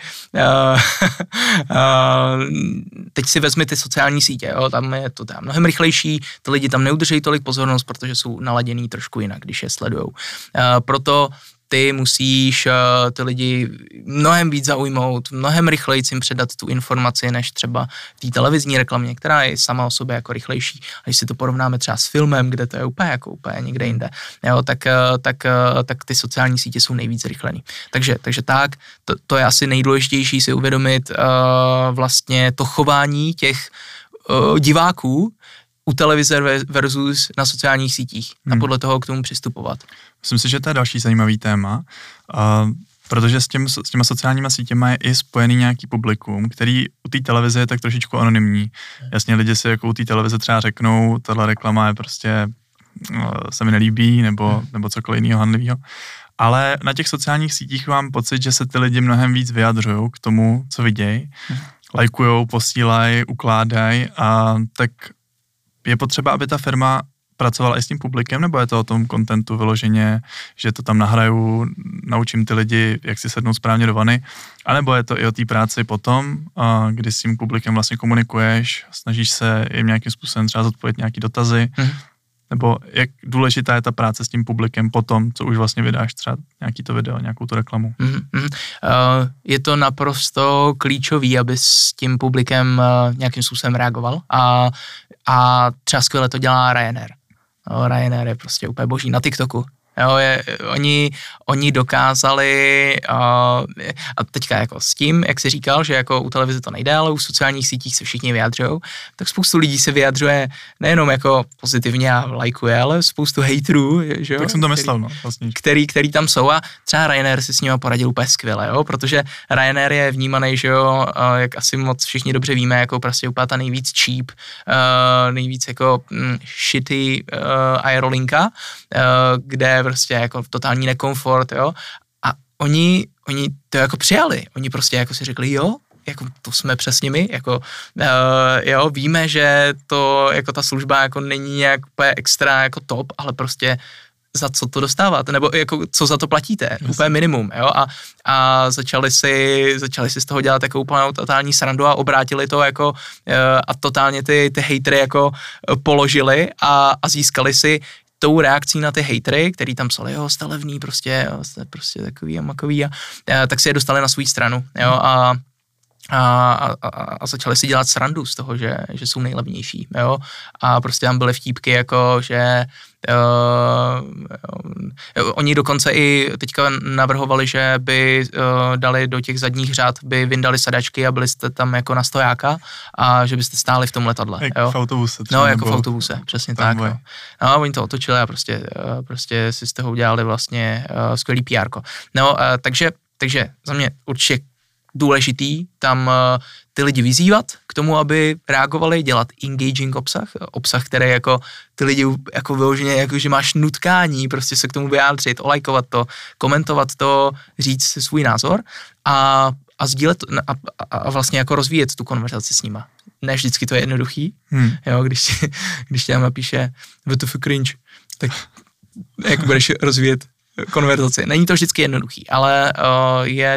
Teď si vezmi ty sociální sítě, jo, tam je to mnohem rychlejší, ty lidi tam neudržejí tolik pozornost, protože jsou naladěný trošku jinak, když je sledujou. Proto ty musíš ty lidi mnohem víc zaujmout, mnohem rychleji jim předat tu informaci, než třeba v té televizní reklamě, která je sama o sobě jako rychlejší. A když si to porovnáme třeba s filmem, kde to je úplně někde jinde, jo, tak ty sociální sítě jsou nejvíc zrychlený. Takže to je asi nejdůležitější si uvědomit vlastně to chování těch diváků u televize versus na sociálních sítích a podle toho k tomu přistupovat. Myslím si, že to je další zajímavý téma, protože s těma sociálníma sítěma je i spojený nějaký publikum, který u té televize je tak trošičku anonymní. Jasně, lidi si jako u té televize třeba řeknou, tahle reklama je prostě, se mi nelíbí, nebo cokoliv jiného hanlivého. Ale na těch sociálních sítích mám pocit, že se ty lidi mnohem víc vyjadřují k tomu, co vidějí. Lajkujou, posílají, ukládají a tak je potřeba, aby ta firma pracovala i s tím publikem, nebo je to o tom kontentu vyloženě, že to tam nahraju, naučím ty lidi, jak si sednout správně do vany, anebo je to i o té práci potom, kdy s tím publikem vlastně komunikuješ, snažíš se jim nějakým způsobem třeba zodpovědět nějaký dotazy, nebo jak důležitá je ta práce s tím publikem potom, co už vlastně vydáš třeba nějaký to video, nějakou tu reklamu. Je to naprosto klíčový, aby s tím publikem nějakým způsobem reagoval a třeba skvěle to dělá Ryanair. Ryanair je prostě úplně boží na TikToku. Jo, oni dokázali, a teďka jako s tím, jak jsi říkal, že jako u televize to nejde, ale u sociálních sítích se všichni vyjadřují, tak spoustu lidí se vyjadřuje nejenom jako pozitivně a lajkuje, ale spoustu hejterů, že jo? Tak jsem to myslel, no, vlastně. Který tam jsou a třeba Ryanair si s nimi poradil úplně skvěle, jo, protože Ryanair je vnímaný, že jo, jak asi moc všichni dobře víme, jako prostě úplně ta nejvíc cheap, nejvíc jako shitty aerolinka, kde prostě jako totální nekomfort, jo, a oni to jako přijali, oni prostě jako si řekli, jo, jako to jsme přesně my, jako jo, víme, že to, jako ta služba jako není nějak úplně extra jako top, ale prostě za co to dostáváte, nebo jako co za to platíte, úplně minimum, jo, a začali si z toho dělat jako úplnou totální srandu a obrátili to jako a totálně ty hejtery jako položili a získali si tou reakcí na ty hejtery, který tam psali, jo, jste levný, prostě, jo, jste prostě takový a makový a tak si je dostali na svou stranu, jo, a začali si dělat srandu z toho, že jsou nejlevnější, jo, a prostě tam byly vtípky jako, že oni dokonce i teďka navrhovali, že by dali do těch zadních řád, by vyndali sedačky a byli jste tam jako na stojáka a že byste stáli v tom letadle. Jak jo? v autobuse. No, jako v autobuse, přesně tak. No. A oni to otočili a prostě si z toho udělali vlastně skvělý PR-ko. No, takže za mě určitě důležitý tam ty lidi vyzývat k tomu, aby reagovali, dělat engaging obsah, který jako ty lidi jako vyloženě, jako že máš nutkání, prostě se k tomu vyjádřit, olajkovat to, komentovat to, říct si svůj názor a sdílet to, a vlastně jako rozvíjet tu konverzaci s nima. Ne vždycky to je jednoduchý, jo, když tě tam napíše WTF cringe, tak jak budeš rozvíjet konverzaci. Není to vždycky jednoduchý, ale je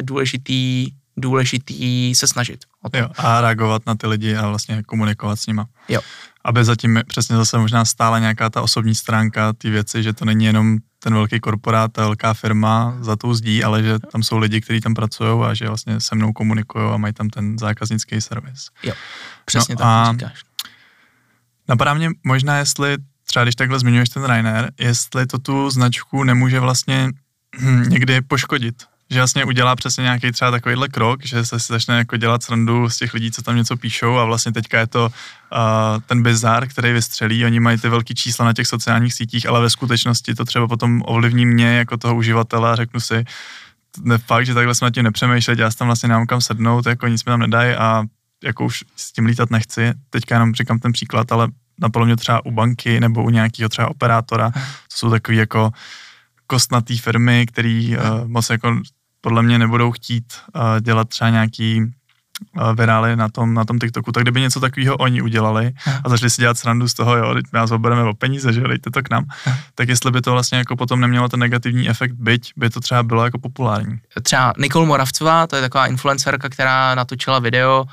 důležitý se snažit. Jo, a reagovat na ty lidi a vlastně komunikovat s nima. Jo. Aby zatím přesně zase možná stála nějaká ta osobní stránka ty věci, že to není jenom ten velký korporát, ta velká firma za tou zdí, ale že tam jsou lidi, kteří tam pracují a že vlastně se mnou komunikují a mají tam ten zákaznický servis. Jo, přesně tak říkáš. Napadá mě možná, jestli třeba když takhle zmiňuješ ten Ryanair, jestli to tu značku nemůže vlastně někdy poškodit. Že vlastně udělá přesně nějaký třeba takovýhle krok, že se začne jako dělat srandu z těch lidí, co tam něco píšou a vlastně teďka je to ten bizar, který vystřelí, oni mají ty velký čísla na těch sociálních sítích, ale ve skutečnosti to třeba potom ovlivní mě jako toho uživatele a řeknu si, fakt, že takhle jsme nad tím nepřemýšlet, já si tam vlastně nemám kam sednout, jako nic mi tam nedají a jako už s tím lítat nechci. Teďka jenom říkám ten příklad, ale napadlo mě třeba u banky nebo u nějakého třeba operátora, to jsou takový jako kostnatý firmy, který moc jako podle mě nebudou chtít dělat třeba nějaký virály na tom TikToku, tak kdyby něco takového oni udělali a začali si dělat srandu z toho, jo, teď nás obereme o peníze, že dejte to k nám, tak jestli by to vlastně jako potom nemělo ten negativní efekt, byť by to třeba bylo jako populární. Třeba Nicole Moravcová, to je taková influencerka, která natočila video,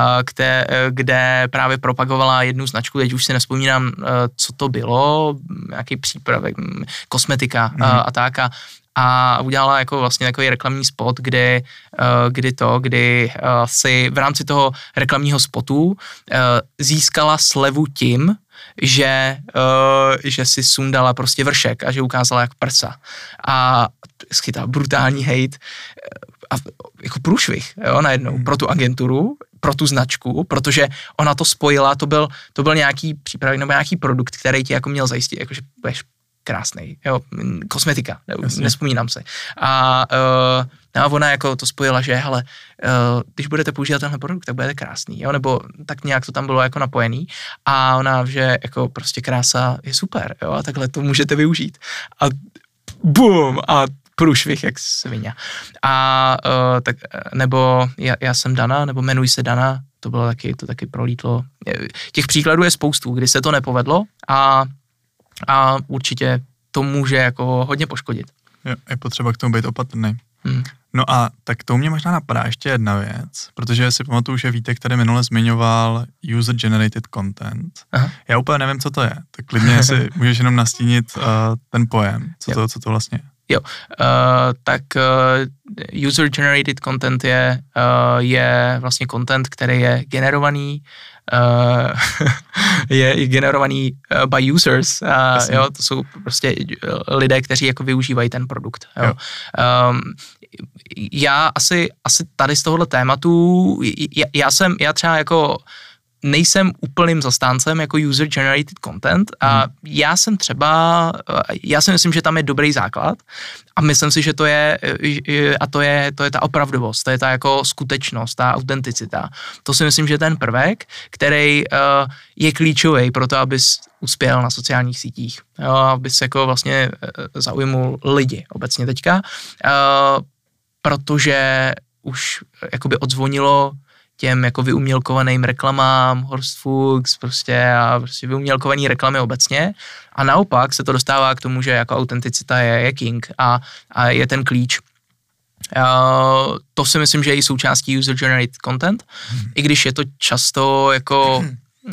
kde právě propagovala jednu značku, teď už si nevzpomínám, co to bylo, nějaký přípravek, kosmetika a tak a udělala jako vlastně takový reklamní spot, kdy si v rámci toho reklamního spotu získala slevu tím, že si sundala prostě vršek a že ukázala jak prsa. A schytala brutální hejt a jako průšvih, jo, najednou pro tu agenturu, pro tu značku, protože ona to spojila, to byl nějaký přípravek nebo nějaký produkt, který ti jako měl zajistit, jakože budeš krásnej, jo, kosmetika, nespomínám se. A ona jako to spojila, že hele, když budete používat tenhle produkt, tak budete krásný, jo, nebo tak nějak to tam bylo jako napojený a ona, že jako prostě krása je super, jo, a takhle to můžete využít. A bum, a průšvih, jak svině. A tak, nebo já jsem Dana, nebo jmenuji se Dana, to taky prolítlo. Těch příkladů je spoustu, kdy se to nepovedlo a určitě to může jako hodně poškodit. Jo, je potřeba k tomu být opatrný. No a tak to mě možná napadá ještě jedna věc, protože si pamatuju, že Vítek tady minule zmiňoval user-generated content. Aha. Já úplně nevím, co to je, tak klidně si můžeš jenom nastínit ten pojem, co to vlastně je. Tak user-generated content je vlastně content, který je generovaný je generovaný by users. Jo, to jsou prostě lidé, kteří jako využívají ten produkt. Jo. Já asi tady z tohohle tématu, já třeba jako nejsem úplným zastáncem jako user-generated content a já si myslím, že tam je dobrý základ a myslím si, že to je ta opravdovost, to je ta jako skutečnost, ta autenticita. To si myslím, že je ten prvek, který je klíčový pro to, abys uspěl na sociálních sítích, jo, abys jako vlastně zaujmul lidi obecně teďka, protože už jakoby odzvonilo těm jako vyumělkovaným reklamám, Horst Fuchs prostě a prostě vyumělkovaný reklamy obecně a naopak se to dostává k tomu, že jako autenticita je king a je ten klíč. To si myslím, že je i součástí user-generated content, i když je to často jako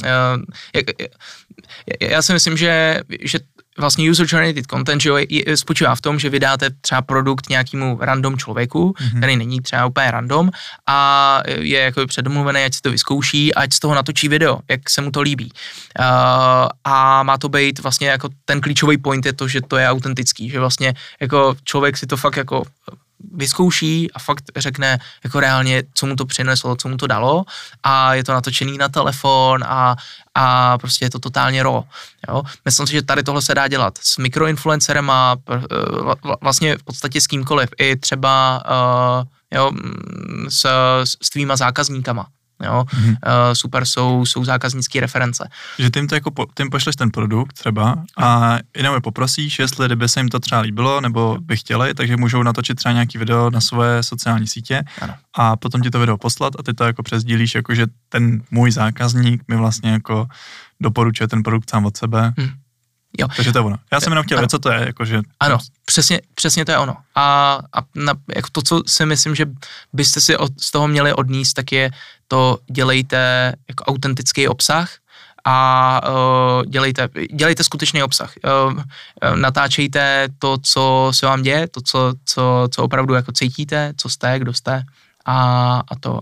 já si myslím, že vlastně user-generated content, že spočívá v tom, že vydáte třeba produkt nějakému random člověku, který není třeba úplně random a je jako předomluvený, ať si to vyzkouší, ať z toho natočí video, jak se mu to líbí. A má to být vlastně jako ten klíčový point je to, že to je autentický, že vlastně jako člověk si to fakt jako vyzkouší a fakt řekne jako reálně, co mu to přineslo, co mu to dalo a je to natočený na telefon a prostě je to totálně raw. Jo? Myslím si, že tady tohle se dá dělat s mikroinfluencerema, vlastně v podstatě s kýmkoliv, i třeba s tvýma zákazníkama. Jo? Super jsou zákaznické reference. Že tím pošleš ten produkt třeba a jenom je poprosíš, jestli kdyby se jim to třeba líbilo nebo by chtěli, takže můžou natočit třeba nějaký video na svoje sociální sítě a potom ti to video poslat a ty to jako přesdílíš, jako že ten můj zákazník mi vlastně jako doporučuje ten produkt sám od sebe. Jo. Takže to je ono. Já jsem jenom chtěl vědět, co to je. Jakože... Ano, přesně to je ono. Jako to, co si myslím, že byste si z toho měli odníst, tak je to dělejte jako autentický obsah a dělejte skutečný obsah. Natáčejte to, co se vám děje, to, co opravdu jako cítíte, co jste, kdo jste a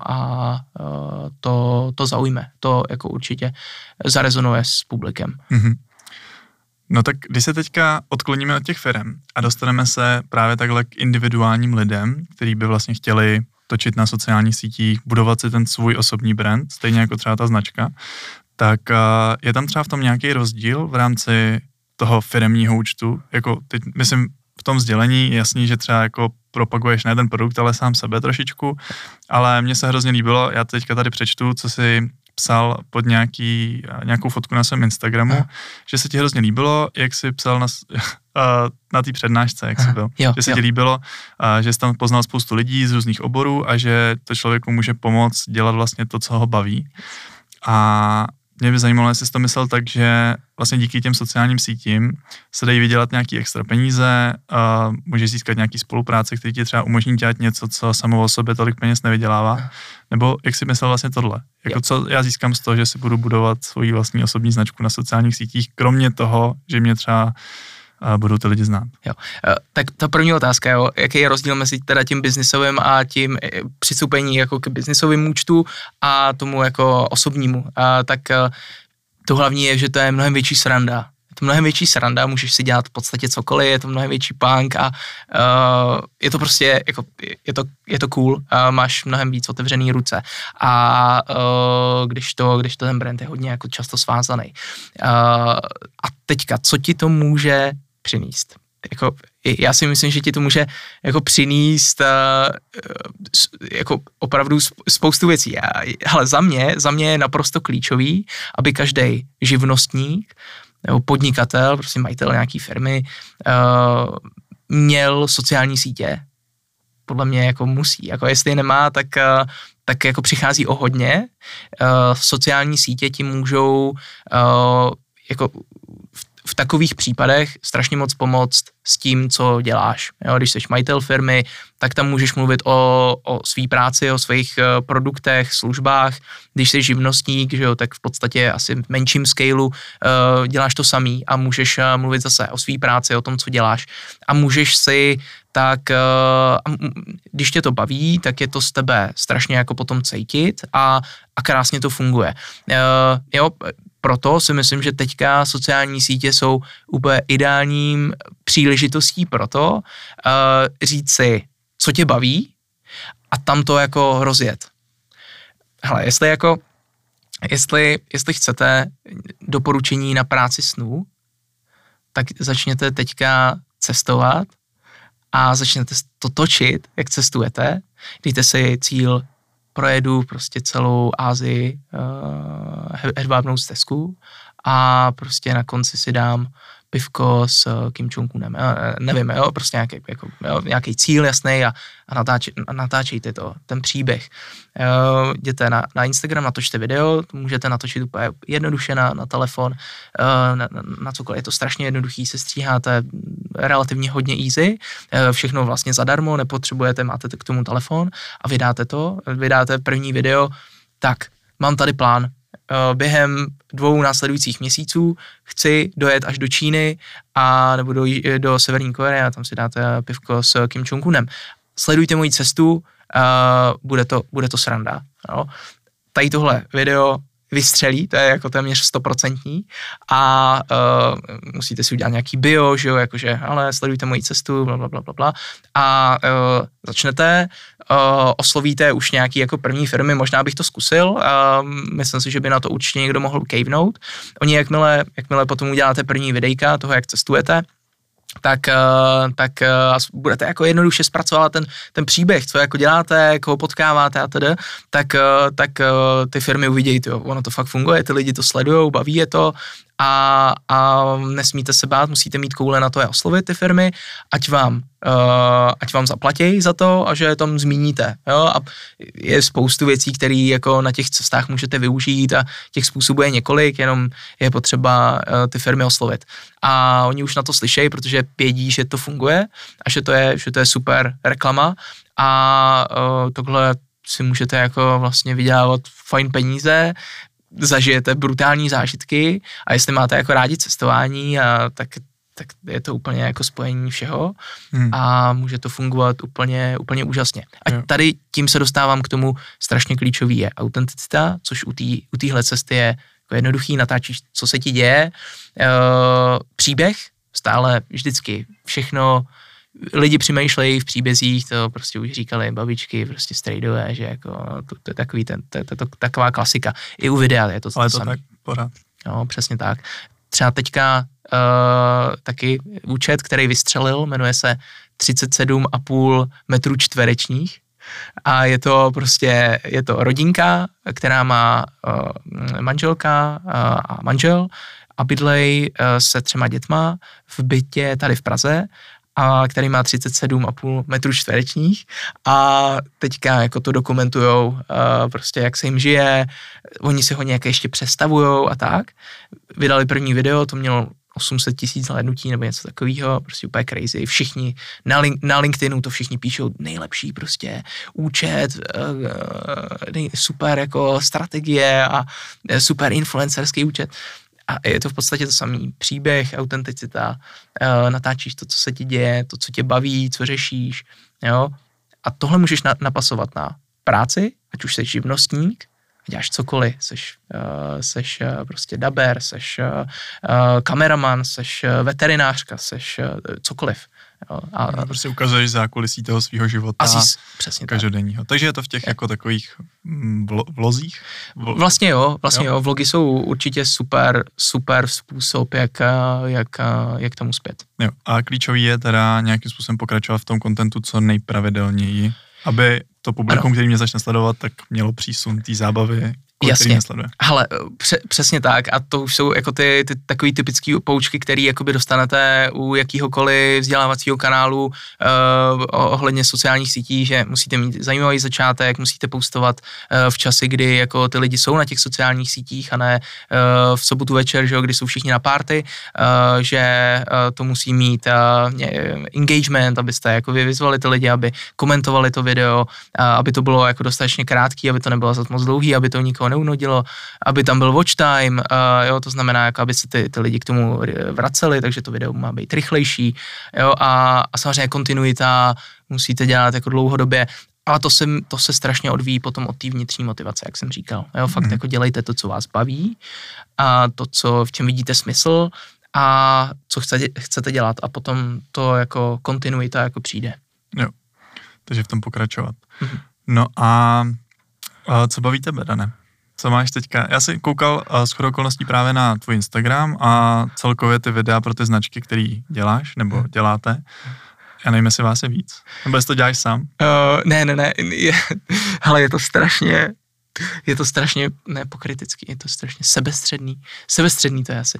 to zaujme. To jako určitě zarezonuje s publikem. No tak když se teďka odkloníme od těch firem a dostaneme se právě takhle k individuálním lidem, kteří by vlastně chtěli točit na sociálních sítích, budovat si ten svůj osobní brand, stejně jako třeba ta značka, tak je tam třeba v tom nějaký rozdíl v rámci toho firemního účtu? Jako teď, myslím, v tom sdělení je jasný, že třeba jako propaguješ ne ten produkt, ale sám sebe trošičku, ale mně se hrozně líbilo, já teďka tady přečtu, co si psal pod nějakou fotku na svém Instagramu, že se ti hrozně líbilo, jak jsi psal na té přednášce, jak jsi byl. Že se ti líbilo, že jsi tam poznal spoustu lidí z různých oborů a že to člověku může pomoct dělat vlastně to, co ho baví. A mě by zajímalo, jestli jsi to myslel tak, že vlastně díky těm sociálním sítím se dají vydělat nějaký extra peníze, můžeš získat nějaký spolupráce, který ti třeba umožní dělat něco, co samo o sobě tolik peněz nevydělává. Nebo jak jsi myslel vlastně tohle? Jako co já získám z toho, že si budu budovat svoji vlastní osobní značku na sociálních sítích, kromě toho, že mě třeba budou ty lidi znát. Jo. Tak ta první otázka, jo, jaký je rozdíl mezi teda tím biznisovým a tím přistoupení jako k biznisovým účtu a tomu jako osobnímu. Tak to hlavní je, že to je mnohem větší sranda. Je to mnohem větší sranda, můžeš si dělat v podstatě cokoliv, je to mnohem větší punk a je to prostě, jako, je to cool, máš mnohem víc otevřený ruce a když to ten brand je hodně jako často svázaný. A teďka, co ti to může přinést? Jako, já si myslím, že ti to může jako přinést jako opravdu spoustu věcí. Ale za mě je naprosto klíčový, aby každý živnostník nebo podnikatel, prostě majitel nějaký firmy, měl sociální sítě. Podle mě jako musí. Jako jestli je nemá, tak jako přichází o hodně. Sociální sítě ti můžou jako v v takových případech strašně moc pomoct s tím, co děláš. Jo, když jsi majitel firmy, tak tam můžeš mluvit o své práci, o svých produktech, službách. Když jsi živnostník, že jo, tak v podstatě asi v menším scaleu děláš to samý a můžeš mluvit zase o své práci, o tom, co děláš. A můžeš si tak když tě to baví, tak je to z tebe strašně jako potom cítit a krásně to funguje. Jo, proto si myslím, že teďka sociální sítě jsou úplně ideálním příležitostí pro to říct si, co tě baví a tam to jako rozjet. Hele, jestli chcete doporučení na práci snů, tak začněte teďka cestovat a začnete to točit, jak cestujete. Dejte si cíl, projedu prostě celou Asii hedvábnou stezku a prostě na konci si dám pivko s Kim Jong-unem. Nevím, jo, prostě nějaký cíl jasný a natáčejte to, ten příběh. Jděte na Instagram, natočte video, můžete natočit úplně jednoduše na telefon, na cokoliv. Je to strašně jednoduchý, se stříháte relativně hodně easy, všechno vlastně zadarmo, nepotřebujete, máte k tomu telefon a vydáte první video, tak mám tady plán. Během 2 následujících měsíců chci dojet až do Číny a nebo do Severní Koreje a tam si dáte pivko s Kim Jong-unem. Sledujte moji cestu, bude to sranda. No. Tady tohle video vystřelí, to je jako téměř 100% a musíte si udělat nějaký bio, že jo, jakože, ale sledujte moji cestu, blablabla a začnete, oslovíte už nějaký jako první firmy, možná bych to zkusil, myslím si, že by na to určitě někdo mohl kejvnout. Oni jakmile potom uděláte první videjka toho, jak cestujete, tak budete jako jednoduše zpracovat ten příběh, co jako děláte, koho potkáváte a tedy, tak ty firmy uvidějí, jo, ono to fakt funguje, ty lidi to sledujou, baví je to a nesmíte se bát, musíte mít koule na to je oslovit ty firmy, ať vám zaplatí za to a že je tam zmíníte. Jo? A je spoustu věcí, které jako na těch cestách můžete využít a těch způsobů je několik, jenom je potřeba ty firmy oslovit. A oni už na to slyšejí, protože vědí, že to funguje a že to je super reklama a tohle si můžete jako vlastně vydělávat fajn peníze, zažijete brutální zážitky a jestli máte jako rádi cestování, tak je to úplně jako spojení všeho a může to fungovat úplně úžasně. A tady tím se dostávám k tomu strašně klíčový je autenticita, což u téhle cesty je jako jednoduchý, natáčíš, co se ti děje, příběh, stále vždycky všechno, lidi přemýšlejí v příbězích, to prostě už říkali babičky, prostě strejdové, že jako to je takový taková klasika. I u videa je to ale to samé. Tak pořád. No, přesně tak. Třeba teďka taky účet, který vystřelil, jmenuje se 37,5 metrů čtverečních a je to rodinka, která má manželka a manžel a bydlej se 3 dětma v bytě tady v Praze, a který má 37,5 metrů čtverečních a teďka jako to dokumentujou prostě jak se jim žije, oni si ho nějak ještě přestavujou a tak. Vydali první video, to mělo 800 000 hlédnutí nebo něco takového, prostě úplně crazy. Všichni na LinkedInu to všichni píšou nejlepší prostě účet, super jako strategie a super influencerský účet. A je to v podstatě to samý příběh, autenticita, natáčíš to, co se ti děje, to, co tě baví, co řešíš, jo. A tohle můžeš napasovat na práci, ať už jsi živnostník, děláš cokoliv, seš prostě daber, seš kameraman, seš veterinářka, seš cokoliv. Jo. A prostě ukazuješ zákulisí toho svého života přesně každodenního. Tak. Takže je to v těch jako takových vlozích? Vlastně jo. Vlogy jsou určitě super způsob, jak tomu zpět. Jo. A klíčový je teda nějakým způsobem pokračovat v tom kontentu co nejpravidelněji, aby to publikum, který mě začne sledovat, tak mělo přísun té zábavy který nesleduje. Hele, přesně tak a to už jsou jako ty takový typický poučky, který jakoby dostanete u jakýhokoliv vzdělávacího kanálu ohledně sociálních sítí, že musíte mít zajímavý začátek, musíte postovat v časy, kdy jako ty lidi jsou na těch sociálních sítích a ne v sobotu večer, že jo, kdy jsou všichni na party, že to musí mít engagement, abyste jako vyzvali ty lidi, aby komentovali to video, aby to bylo jako dostatečně krátký, aby to nebylo zase moc dlouhý, aby to nikoho neunudilo, aby tam byl watch time, jo, to znamená, jako aby se ty lidi k tomu vraceli, takže to video má být rychlejší, jo, a samozřejmě kontinuita musíte dělat jako dlouhodobě, ale to se strašně odvíjí potom od té vnitřní motivace, jak jsem říkal, jo, fakt jako dělejte to, co vás baví a to, v čem vidíte smysl a co chcete dělat a potom to jako kontinuita jako přijde. Jo, takže v tom pokračovat. No a co baví tebe, Dane? Co máš teďka? Já jsem koukal shodou okolností právě na tvůj Instagram a celkově ty videa pro ty značky, který děláš nebo děláte. Já nevím, jestli vás je víc. Nebo jestli to děláš sám? Ne. Ale je to strašně nepokrytický, je to strašně sebestředný. Sebestředný to je asi.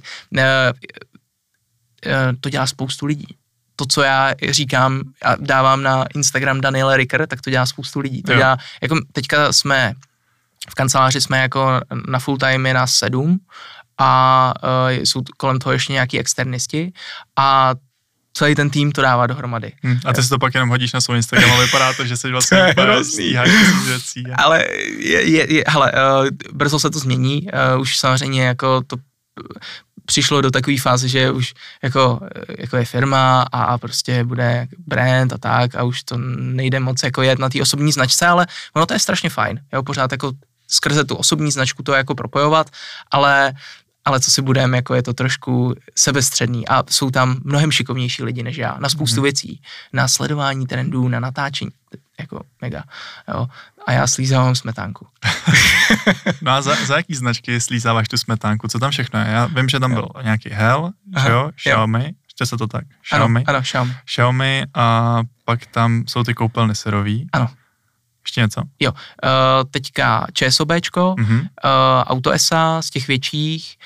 To dělá spoustu lidí. To, co já říkám a dávám na Instagram Daniel Ricker, tak to dělá spoustu lidí. To dělá, jako teďka jsme v kanceláři jsme jako na full time je nás 7 a jsou kolem toho ještě nějaký externisti a celý ten tým to dává dohromady. A ty si to pak jenom hodíš na svůj Instagram a vypadá to, že jsi vlastně stíháš věcí. Ale hele, brzo se to změní, už samozřejmě jako to přišlo do takové fáze, že už jako je firma a prostě bude brand a tak a už to nejde moc jako jet na té osobní značce, ale ono to je strašně fajn, jo, pořád jako skrze tu osobní značku to jako propojovat, ale co si budeme, jako je to trošku sebestředný a jsou tam mnohem šikovnější lidi než já, na spoustu věcí, na sledování trendů, na natáčení, jako mega, jo. A já slízávám smetánku. No a za jaký značky slízáváš tu smetánku? Co tam všechno je? Já vím, že tam byl nějaký Hell, jo, Xiaomi, ještě se to tak? Xiaomi. Ano, Xiaomi. Xiaomi a pak tam jsou ty koupelny syrový. Ano. Ještě něco? Jo, teďka ČSOBčko, Auto SA z těch větších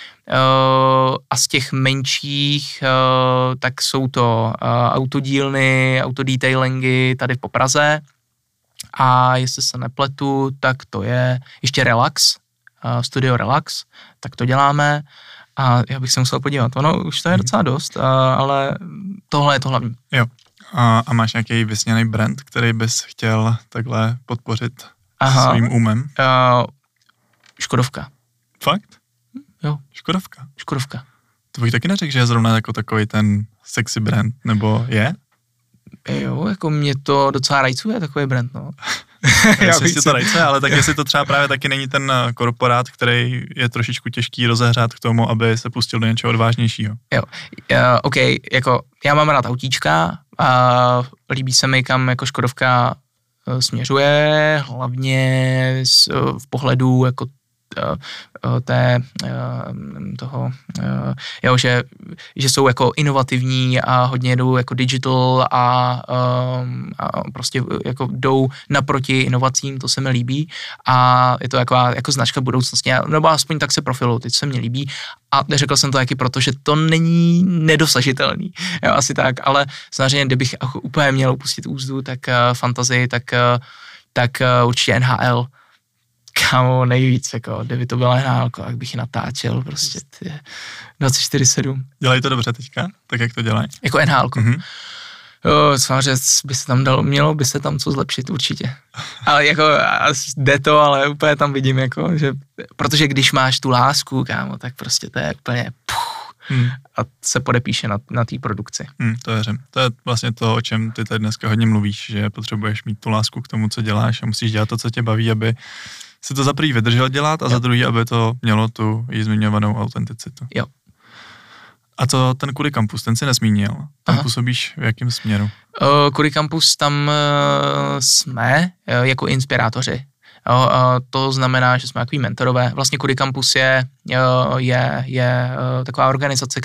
a z těch menších, tak jsou to autodílny, autodetailingy tady po Praze a jestli se nepletu, tak to je ještě Relax, Studio Relax, tak to děláme a já bych se musel podívat, ono už to je docela dost, ale tohle je to hlavní. Jo. A máš nějaký vysněný brand, který bys chtěl takhle podpořit svým umem? Škodovka. Fakt? Jo. Škodovka. To bych taky neřekl, že je zrovna jako takový ten sexy brand, nebo je? Jo, jako mě to docela rajcuje, takový brand, no. Jestli to rajcuje, ale tak jestli to třeba právě taky není ten korporát, který je trošičku těžký rozehrát k tomu, aby se pustil do něčeho odvážnějšího. Jo, OK, jako já mám rád autíčka a líbí se mi, kam jako Škodovka směřuje, hlavně v pohledu jako že jsou jako inovativní a hodně jdou jako digital a prostě jako jdou naproti inovacím, to se mi líbí a je to jako značka budoucnosti, nebo aspoň tak se profilují, teď se mi líbí a řekl jsem to taky proto, že to není nedosažitelný, jo, asi tak, ale samozřejmě, kdybych úplně měl upustit úzdu, tak fantazii, tak určitě NHL. Kámo, nejvíc, jako, kdyby to byla NHL, jak bych ji natáčel, prostě 24/7. Dělají to dobře teďka, tak jak to dělají? Jako NHL. Samozřejmě by se tam mělo by se tam co zlepšit určitě. Ale jako jde to, ale úplně tam vidím, jako, že, protože když máš tu lásku, kámo, tak prostě to je úplně a se podepíše na té produkci. To věřím. To je vlastně to, o čem ty tady dneska hodně mluvíš, že potřebuješ mít tu lásku k tomu, co děláš a musíš dělat to, co tě baví, aby si to za prvý vydržel dělat a za druhý, aby to mělo tu jí zmiňovanou autenticitu. Jo. A co ten Kudy Campus, ten si nezmínil. Tam působíš v jakém směru? Kudy Campus, tam jsme jako inspirátoři. To znamená, že jsme takový mentorové. Vlastně Kudy Campus je taková organizace,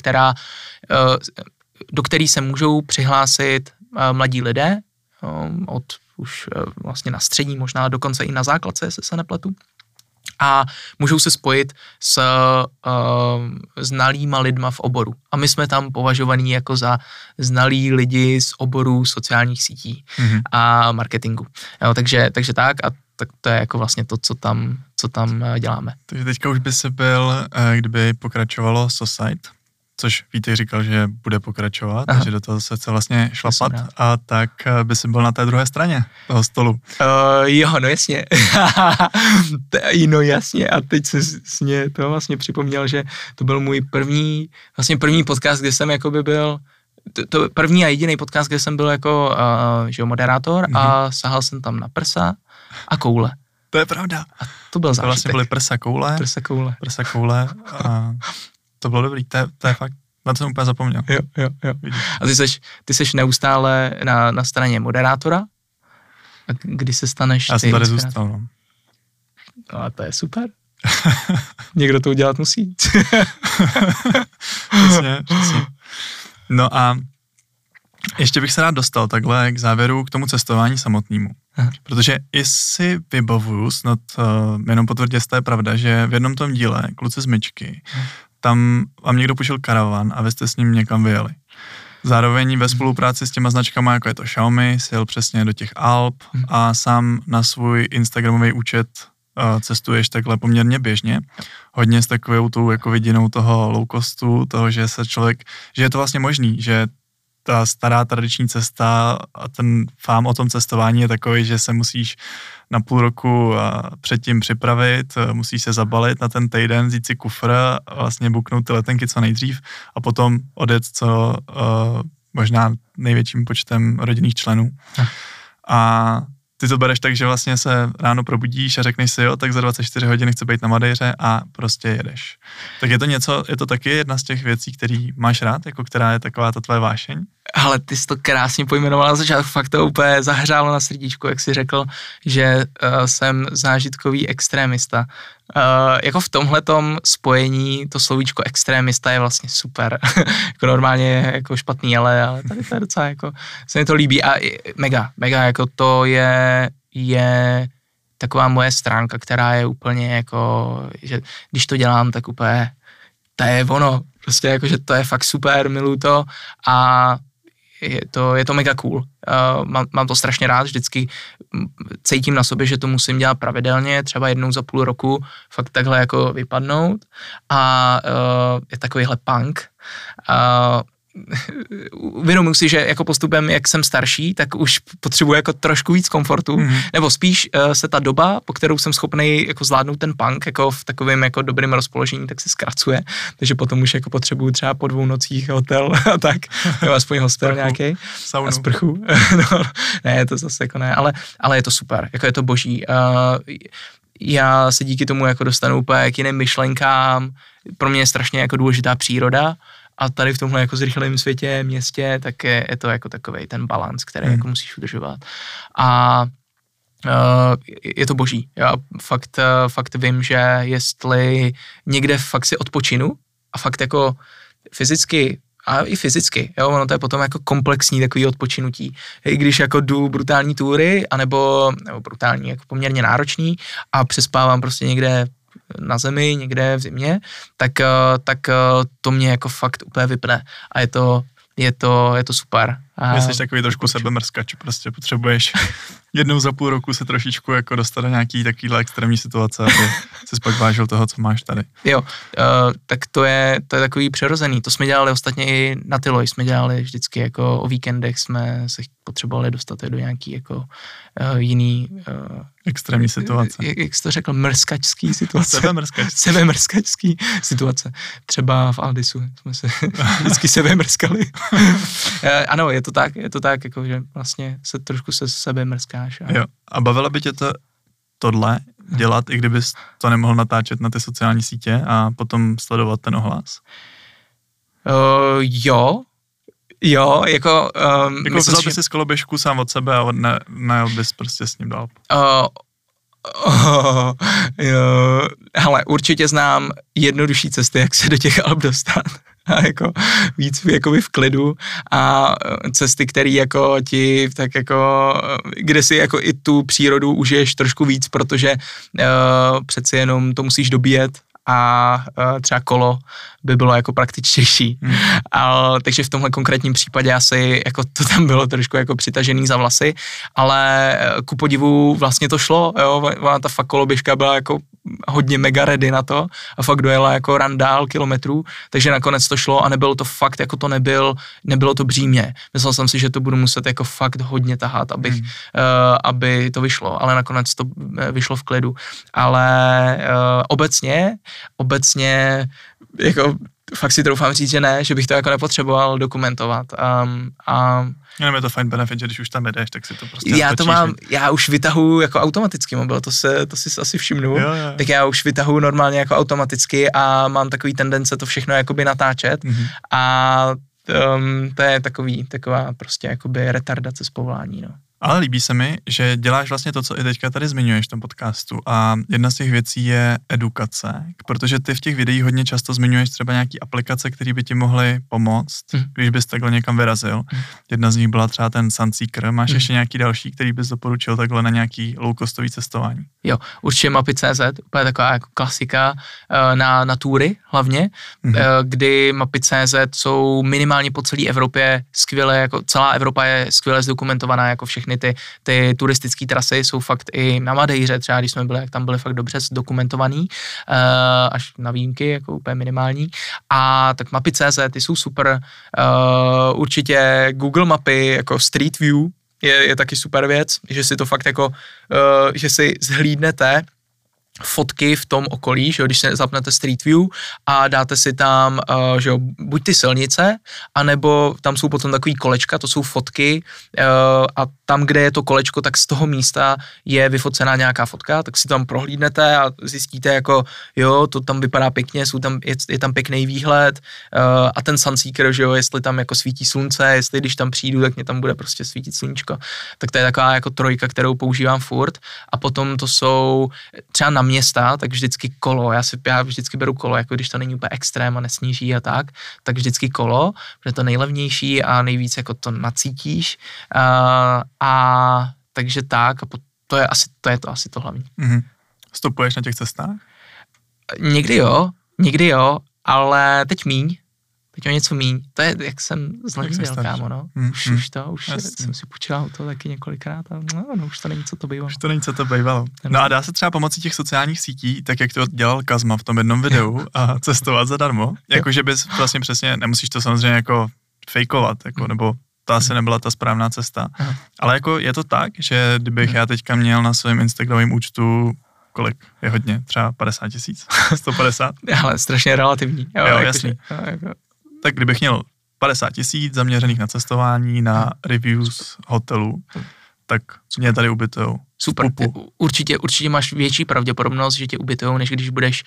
do které se můžou přihlásit mladí lidé od už vlastně na střední, možná dokonce i na základce, jestli se nepletu. a můžou se spojit s znalýma lidma v oboru. A my jsme tam považovaní jako za znalí lidi z oboru sociálních sítí a marketingu. Jo, takže tak a tak to je jako vlastně to, co tam děláme. Takže teďka už by se byl, kdyby pokračovalo Society, což Vítej říkal, že bude pokračovat, že do toho se chce vlastně šlapat, a tak by si byl na té druhé straně toho stolu. Jo, no jasně. No jasně, a teď se mě to vlastně připomněl, že to byl můj první podcast, kde jsem jakoby byl, to první a jediný podcast, kde jsem byl jako moderátor a sahal jsem tam na prsa a koule. To je pravda. A to byl zážitek. To vlastně byly prsa koule a to bylo dobrý, to je fakt, na to jsem úplně zapomněl. Jo. A ty seš neustále na straně moderátora? A kdy se staneš Já jsem tady zůstal, no. No a to je super. Někdo to udělat musí. Přesně. No a ještě bych se rád dostal takhle k závěru k tomu cestování samotnému. Protože i si vybavuju, snad jenom potvrdě, jestli to je pravda, že v jednom tom díle Kluci z myčky, tam vám někdo půjčil karavan a vy jste s ním někam vyjeli. Zároveň ve spolupráci s těma značkama, jako je to Xiaomi, si jel přesně do těch Alp a sám na svůj instagramový účet cestuješ takhle poměrně běžně. Hodně s takovou tou jako vidinou toho low costu, toho, že je to vlastně možný, že ta stará tradiční cesta a ten fám o tom cestování je takový, že se musíš na půl roku předtím připravit, musíš se zabalit na ten týden, vzít si kufr, vlastně buknout ty letenky co nejdřív a potom odjet co možná největším počtem rodinných členů. A ty to bereš tak, že vlastně se ráno probudíš a řekneš si, jo, tak za 24 hodin chci být na Madejře a prostě jedeš. Tak je to taky jedna z těch věcí, který máš rád, jako která je taková ta tvoje vášeň? Ale ty jsi to krásně pojmenovala na začátku, fakt to úplně zahřálo na srdíčku, jak jsi řekl, že jsem zážitkový extrémista. Jako v tomhletom spojení to slovíčko extrémista je vlastně super. Jako normálně je jako špatný, ale tady to je docela jako, se mi to líbí a mega, jako to je taková moje stránka, která je úplně jako, že když to dělám, tak úplně, to je ono, prostě jako, že to je fakt super, miluji to a je to mega cool. Mám to strašně rád, vždycky cítím na sobě, že to musím dělat pravidelně, třeba jednou za půl roku fakt takhle jako vypadnout a je takovýhle punk. Uvědomuji si, že jako postupem, jak jsem starší, tak už potřebuji jako trošku víc komfortu, nebo spíš se ta doba, po kterou jsem schopný jako zvládnout ten punk, jako v takovém jako dobrým rozpoložení, tak se zkracuje, takže potom už jako potřebuji třeba po 2 nocích hotel a tak, nebo aspoň hostel nějaký. Saunu. A sprchu. No, ne, to zase jako ne, ale je to super, jako je to boží. Já se díky tomu jako dostanu úplně k jiným myšlenkám, pro mě je strašně jako důležitá příroda, a tady v tomhle jako zrychleném světě, městě, tak je to jako takovej ten balans, který jako musíš udržovat. A je to boží. Já fakt vím, že jestli někde fakt si odpočinu a fakt jako fyzicky, a i fyzicky, jo, ono to je potom jako komplexní takový odpočinutí. I když jako jdu brutální túry, anebo brutální, jako poměrně náročný a přespávám prostě někde na zemi, někde v zimě, tak to mě jako fakt úplně vypne a je to super. Jsi takový trošku sebemrskač, prostě potřebuješ jednou za půl roku se trošičku jako dostat do nějaký takovýhle extrémní situace, aby jsi pak vážil toho, co máš tady. Jo, tak to je takový přirozený. To jsme dělali ostatně i na Tyloj, jsme dělali vždycky jako o víkendech jsme se potřebovali dostat do nějaký jako jiný extrémní situace. Jak jsi to řekl, mrskačský situace. Sebemrskačský situace. Třeba v Aldisu jsme se vždycky sebemrskali. Ano, je to tak, jako, že vlastně se trošku se sebe mrskáš. Jo, a bavilo by tě tohle dělat, i kdybys to nemohl natáčet na ty sociální sítě a potom sledovat ten ohlas? Jo, jako... Jako vzal bys si z koloběžku sám od sebe a najel bys prostě s ním dál. Hele, určitě znám jednodušší cesty, jak se do těch Alp dostat. a jako víc jakoby v klidu a cesty, které jako ti tak jako, kde si jako i tu přírodu užiješ trošku víc, protože přeci jenom to musíš dobíjet a třeba kolo by bylo jako praktičtější. Takže v tomhle konkrétním případě asi jako to tam bylo trošku jako přitažený za vlasy, ale ku podivu vlastně to šlo, jo, ona ta fakt koloběžka byla jako hodně mega ready na to a fakt dojela jako randál kilometrů, takže nakonec to šlo a nebylo to fakt, jako to nebylo to břímě. Myslel jsem si, že to budu muset jako fakt hodně tahat, aby to vyšlo, ale nakonec to vyšlo v klidu. Ale obecně jako fakt si troufám říct, že ne, že bych to jako nepotřeboval dokumentovat. Jenom je to fajn benefit, že když už tam jedeš, tak si to prostě já už vytahuji jako automaticky mobil, to si asi všimnu, jo. Tak já už vytahuji normálně jako automaticky a mám takový tendence to všechno jakoby natáčet a to je taková prostě jakoby retardace z povolání, no. Ale líbí se mi, že děláš vlastně to, co i teďka tady zmiňuješ v tom podcastu a jedna z těch věcí je edukace, protože ty v těch videích hodně často zmiňuješ třeba nějaký aplikace, které by ti mohly pomoct, když bys takhle někam vyrazil. Jedna z nich byla třeba ten Sunseeker. Máš ještě nějaký další, který bys doporučil takhle na nějaký low-costový cestování? Jo, určitě Mapy.cz, úplně taková jako klasika na tury hlavně, kdy Mapy.cz jsou minimálně po celé Evropě skvěle, jako celá Evropa je skvěle zdokumentovaná, jako všechny ty turistické trasy jsou fakt i na Madejře, třeba když jsme byli, jak tam byly fakt dobře zdokumentovaný, až na výjimky, jako úplně minimální. A tak Mapy.cz, ty jsou super, určitě Google mapy, jako Street View, je taky super věc, že si to fakt jako, že si zhlídnete fotky v tom okolí, že jo, když se zapnete Street View a dáte si tam, že jo, buď ty silnice, anebo tam jsou potom takový kolečka, to jsou fotky a tam, kde je to kolečko, tak z toho místa je vyfocená nějaká fotka, tak si tam prohlídnete a zjistíte jako, jo, to tam vypadá pěkně, je tam pěkný výhled a ten Sunseeker, že jo, jestli tam jako svítí slunce, jestli když tam přijdu, tak mě tam bude prostě svítit sluníčko. Tak to je taková jako trojka, kterou používám furt a potom to jsou třeba na města, tak vždycky kolo, já vždycky beru kolo, jako když to není úplně extrém a nesníží a tak vždycky kolo, protože to nejlevnější a nejvíc jako to nacítíš a takže tak a to je asi to hlavní. Stopuješ na těch cestách? Někdy jo, ale teď míň. Teď o něco míň. To je, jak jsem zlevněl, kámo, no. Už jsem si půjčil auto taky několikrát a už to není, co to bývalo. No a dá se třeba pomocí těch sociálních sítí, tak jak to dělal Kazma v tom jednom videu, a cestovat zadarmo? Jakože bys vlastně přesně, nemusíš to samozřejmě jako fejkovat, jako, nebo to asi nebyla ta správná cesta. Ale jako je to tak, že kdybych já teďka měl na svém Instagramovém účtu kolik je hodně? Třeba 50 000? 150? Ale strašně relativní. Jo, jasný. Tak kdybych měl 50 000 zaměřených na cestování, na reviews hotelů, tak mě tady ubytujou. Super, určitě máš větší pravděpodobnost, že tě ubytujou, než když budeš,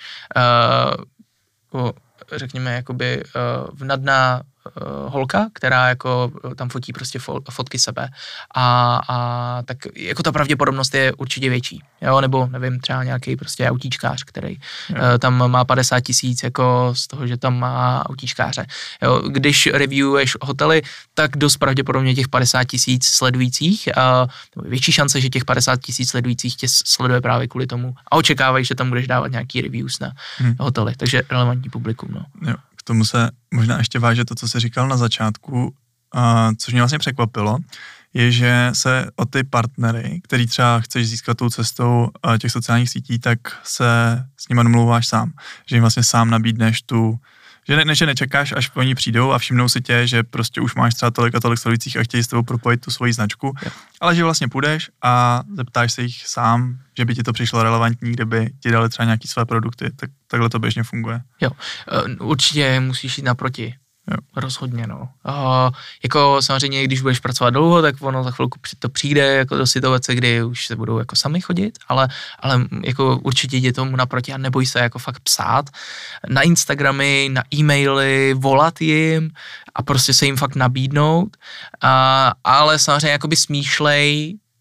řekněme, jakoby vnadná holka, která jako tam fotí prostě fotky sebe a tak jako ta pravděpodobnost je určitě větší, jo, nebo nevím, třeba nějaký prostě autíčkář, který tam má 50 000 jako z toho, že tam má autíčkáře. Jo, když reviewuješ hotely, tak dost pravděpodobně těch 50 000 sledujících, větší šance, že těch 50 000 sledujících tě sleduje právě kvůli tomu a očekávají, že tam budeš dávat nějaký reviews na hotely, takže relevantní publikum, no. Jo. K tomu se možná ještě váže to, co jsi říkal na začátku, což mě vlastně překvapilo, je, že se o ty partnery, který třeba chceš získat tou cestou těch sociálních sítí, tak se s nimi domlouváš sám. Že jim vlastně sám nabídneš tu, že nečekáš, až oni přijdou a všimnou si tě, že prostě už máš třeba tolik a tolik sledujících a chtějí s tebou propojit tu svoji značku, ale že vlastně půjdeš a zeptáš se jich sám, že by ti to přišlo relevantní, kdyby ti dali třeba nějaký své produkty, tak takhle to běžně funguje. Jo, určitě musíš jít naproti. Jo. Rozhodně, no. Jako samozřejmě, když budeš pracovat dlouho, tak ono za chvilku to přijde jako do situace, kdy už se budou jako sami chodit, ale jako určitě jdi tomu naproti a neboj se jako fakt psát na Instagramy, na e-maily, volat jim a prostě se jim fakt nabídnout, ale samozřejmě jakoby smýšlej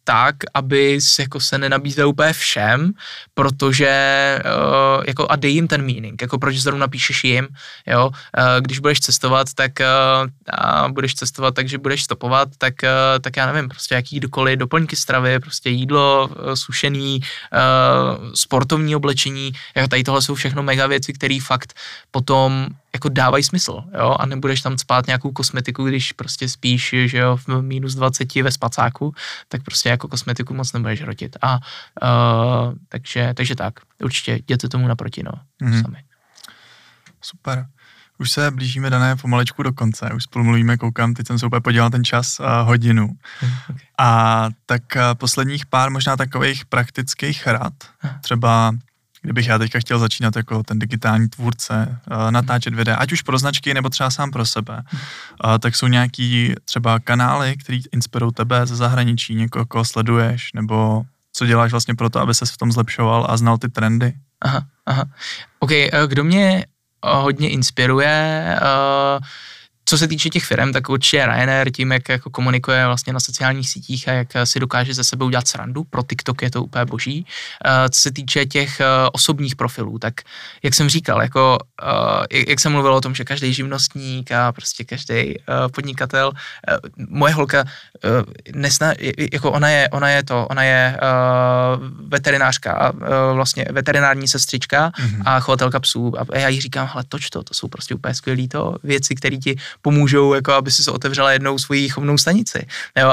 tak, aby jako se nenabízel úplně všem, protože jako a dej jim ten meaning, jako proč zrovna píšeš jim, jo, když budeš cestovat, tak a budeš cestovat, takže budeš stopovat, tak já nevím, prostě jakýkoliv doplňky stravy, prostě jídlo, sušený, sportovní oblečení, jako tady tohle jsou všechno mega věci, které fakt potom jako dávají smysl, jo, a nebudeš tam cpát nějakou kosmetiku, když prostě spíš, že jo, v -20 ve spacáku, tak prostě jako kosmetiku moc nebudeš hrotit. Takže tak, určitě jděte tomu naproti, no, sami. Super. Už se blížíme, Dané, pomalečku do konce, už spolu mluvíme, koukám, teď jsem se úplně podíval ten čas, hodinu. Okay. A tak posledních pár možná takových praktických rad, třeba kdybych já teďka chtěl začínat jako ten digitální tvůrce, natáčet videa, ať už pro značky, nebo třeba sám pro sebe, tak jsou nějaký třeba kanály, který inspirují tebe ze zahraničí, někoho, koho sleduješ, nebo co děláš vlastně pro to, aby ses v tom zlepšoval a znal ty trendy? Aha. OK, kdo mě hodně inspiruje, co se týče těch firm, tak určitě Ryanair tím, jak jako komunikuje vlastně na sociálních sítích a jak si dokáže ze sebe udělat srandu, pro TikTok je to úplně boží. Co se týče těch osobních profilů, tak jak jsem říkal, jako, jak jsem mluvil o tom, že každý živnostník a prostě každý podnikatel, moje holka, jako ona je veterinářka, vlastně veterinární sestřička a chovatelka psů a já jí říkám, hele, toč to jsou prostě úplně skvělý věci, které ti pomůžou, jako aby si otevřela jednou svoji chovnou stanici. Jo,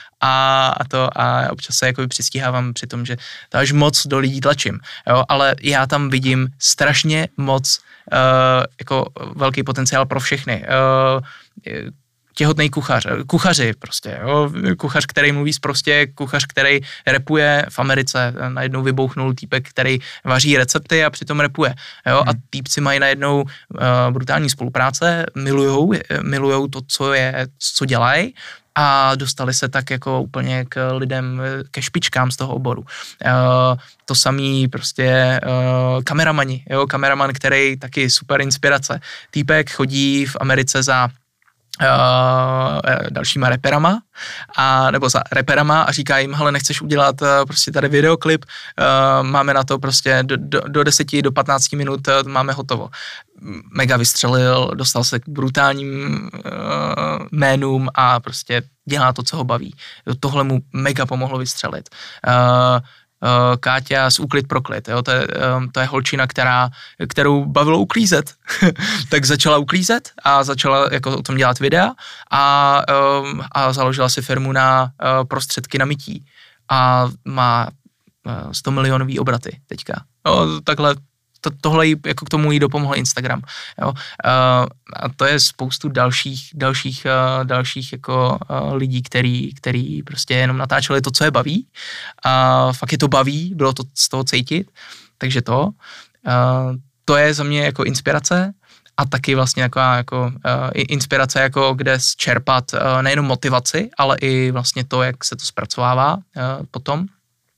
a občas se jako přistíhávám při tom, že to až moc do lidí tlačím. Jo, ale já tam vidím strašně moc jako velký potenciál pro všechny. Těhotný kuchaři prostě, jo? Kuchař, který mluví sprostě, kuchař, který rapuje v Americe, najednou vybouchnul týpek, který vaří recepty a přitom rapuje, jo? A týpci mají najednou brutální spolupráce, milujou to, co dělají a dostali se tak jako úplně k lidem, ke špičkám z toho oboru. To samý prostě kameraman, který taky super inspirace. Týpek chodí v Americe za dalšíma reperama nebo za reperama a říká jim, hele, nechceš udělat prostě tady videoklip, máme na to prostě do 10, do 15 minut máme hotovo. Mega vystřelil, dostal se k brutálním jménům a prostě dělá to, co ho baví. Tohle mu mega pomohlo vystřelit. Káťa z Úklid pro klid, jo? To je holčina, kterou bavilo uklízet, tak začala uklízet a začala jako o tom dělat videa a založila si firmu na prostředky na mytí a má 100 milionový obraty teďka. No, takhle tohle jako k tomu jí dopomohl Instagram. Jo. A to je spoustu dalších jako lidí, který prostě jenom natáčeli to, co je baví. A fakt je to baví, bylo to z toho cítit. Takže to je za mě jako inspirace a taky vlastně jako inspirace, jako kde čerpat nejenom motivaci, ale i vlastně to, jak se to zpracovává potom.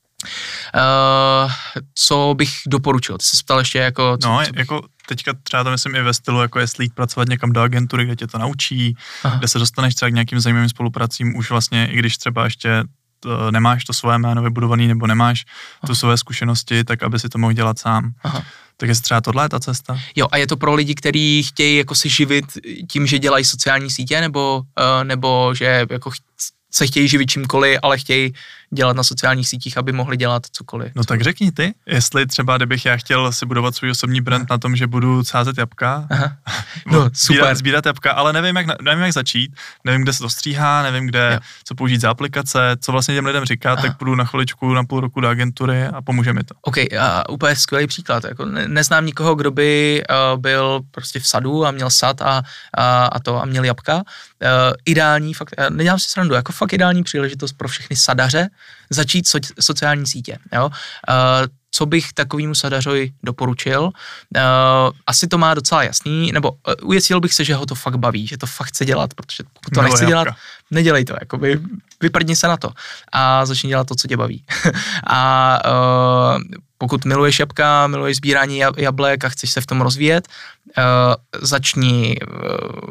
Co bych doporučil? Ty jsi se ptal ještě jako... Jako teďka třeba to myslím i ve stylu, jako jestli jít pracovat někam do agentury, kde tě to naučí, kde se dostaneš třeba k nějakým zajímavým spolupracím, už vlastně, i když třeba ještě nemáš to svoje jméno vybudovaný, nebo nemáš tu své zkušenosti, tak aby si to mohl dělat sám. Tak jestli třeba tohle je ta cesta? Jo, a je to pro lidi, kteří chtějí jako si živit tím, že dělají sociální sítě, nebo že jako se chtějí živit čímkoliv, ale chtějí dělat na sociálních sítích, aby mohli dělat cokoliv. No tak řekni ty, jestli třeba, kdybych já chtěl si budovat svůj osobní brand na tom, že budu sázet jabka, sbírat jabka, ale nevím jak začít, nevím, kde se to stříhá, nevím, kde, co použít za aplikace, co vlastně těm lidem říkat, tak půjdu na chviličku, na půl roku do agentury a pomůže mi to. OK, úplně skvělý příklad. Jako neznám nikoho, kdo by byl prostě v sadu a měl sad a měl jabka. Ideální, fakt, nedělám si srandu, jako fakt ideální příležitost pro všechny sadaře začít sociální sítě. Jo? Co bych takovýmu sadařovi doporučil? Asi to má docela jasný, nebo ujistil bych se, že ho to fakt baví, že to fakt chce dělat, protože pokud to nechce dělat, nedělej to, jakoby vyprdni se na to a začni dělat to, co tě baví. A pokud miluješ jabka, miluješ sbírání jablek a chceš se v tom rozvíjet, začni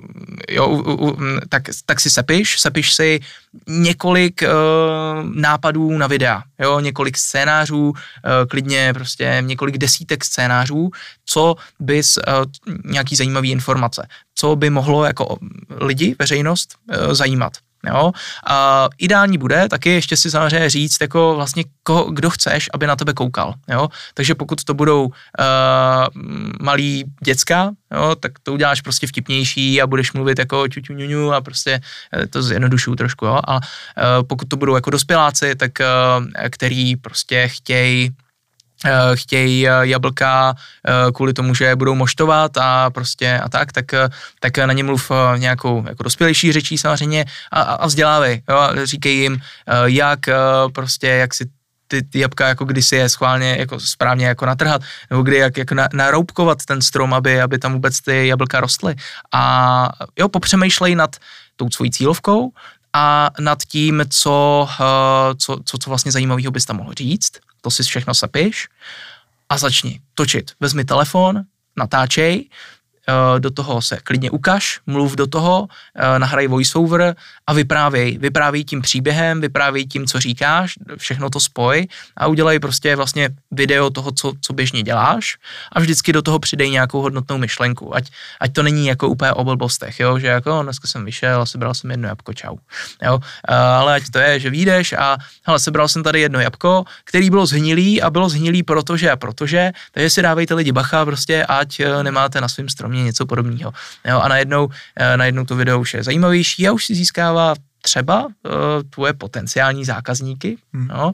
tak si sepiš si několik nápadů na videa, jo, několik scénářů, klidně prostě několik desítek scénářů, co bys, nějaký zajímavý informace, co by mohlo jako lidi, veřejnost zajímat. Jo? Ideální bude taky ještě si samozřejmě říct, jako vlastně kdo chceš, aby na tebe koukal. Jo? Takže pokud to budou malí děcka, jo, tak to uděláš prostě vtipnější a budeš mluvit jako ťuťuňuňu a prostě to zjednodušuju trošku. Jo? A pokud to budou jako dospěláci, tak který prostě chtějí jablka kvůli tomu, že budou moštovat a prostě a tak na ně mluv nějakou jako dospělejší řečí samozřejmě a vzdělávej. Jo? Říkej jim, jak si ty jabka jako kdysi je schválně jako správně jako natrhat, nebo kdy jak naroubkovat ten strom, aby tam vůbec ty jablka rostly. A jo, popřemýšlej nad tou svojí cílovkou a nad tím, co vlastně zajímavého bys tam mohl říct. To si všechno sepiš a začni točit. Vezmi telefon, natáčej, do toho se klidně ukaž, mluv do toho, nahraj voiceover a vyprávěj tím příběhem, vyprávěj tím, co říkáš, všechno to spoj a udělej prostě vlastně video toho, co běžně děláš a vždycky do toho přidej nějakou hodnotnou myšlenku, ať to není jako úplně o blbostech, jo, že jako dneska jsem vyšel a sebral jsem jedno jabko, čau, jo, ale ať to je, že vyjdeš a hele, sebral jsem tady jedno jabko, který bylo zhnilý a bylo zhnilý protože, takže si dávejte lidi bacha prostě, ať nemáte na svém stromě něco podobného. Jo, a najednou to video už je zajímavější a už si získává třeba tvoje potenciální zákazníky. Jo,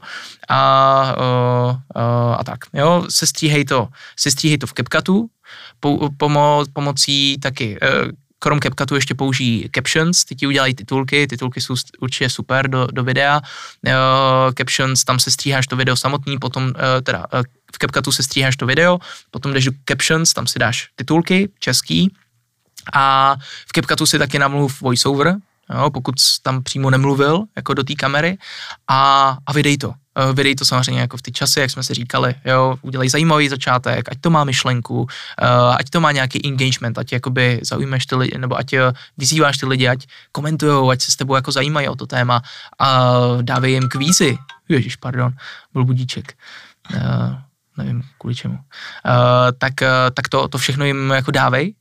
a tak. Jo, sestříhej to v CapCutu, pomocí taky krom CapCutu ještě použijí captions, ty ti udělají titulky jsou určitě super do videa. Captions, tam se stříháš to video samotný, potom v CapCutu se stříháš to video, potom jdeš do captions, tam si dáš titulky český a v CapCutu si taky namluv voiceover, jo, pokud tam přímo nemluvil jako do té kamery a vydej to. Vydej to samozřejmě jako v ty časy, jak jsme si říkali, jo, udělej zajímavý začátek, ať to má myšlenku, ať to má nějaký engagement, ať jakoby zaujmeš ty lidi, nebo ať vyzýváš ty lidi, ať komentujou, ať se s tebou jako zajímají o to téma a dávej jim kvízy. Ježiš, pardon, byl budíček. Nevím kvůli čemu. Tak to všechno jim jako dávej,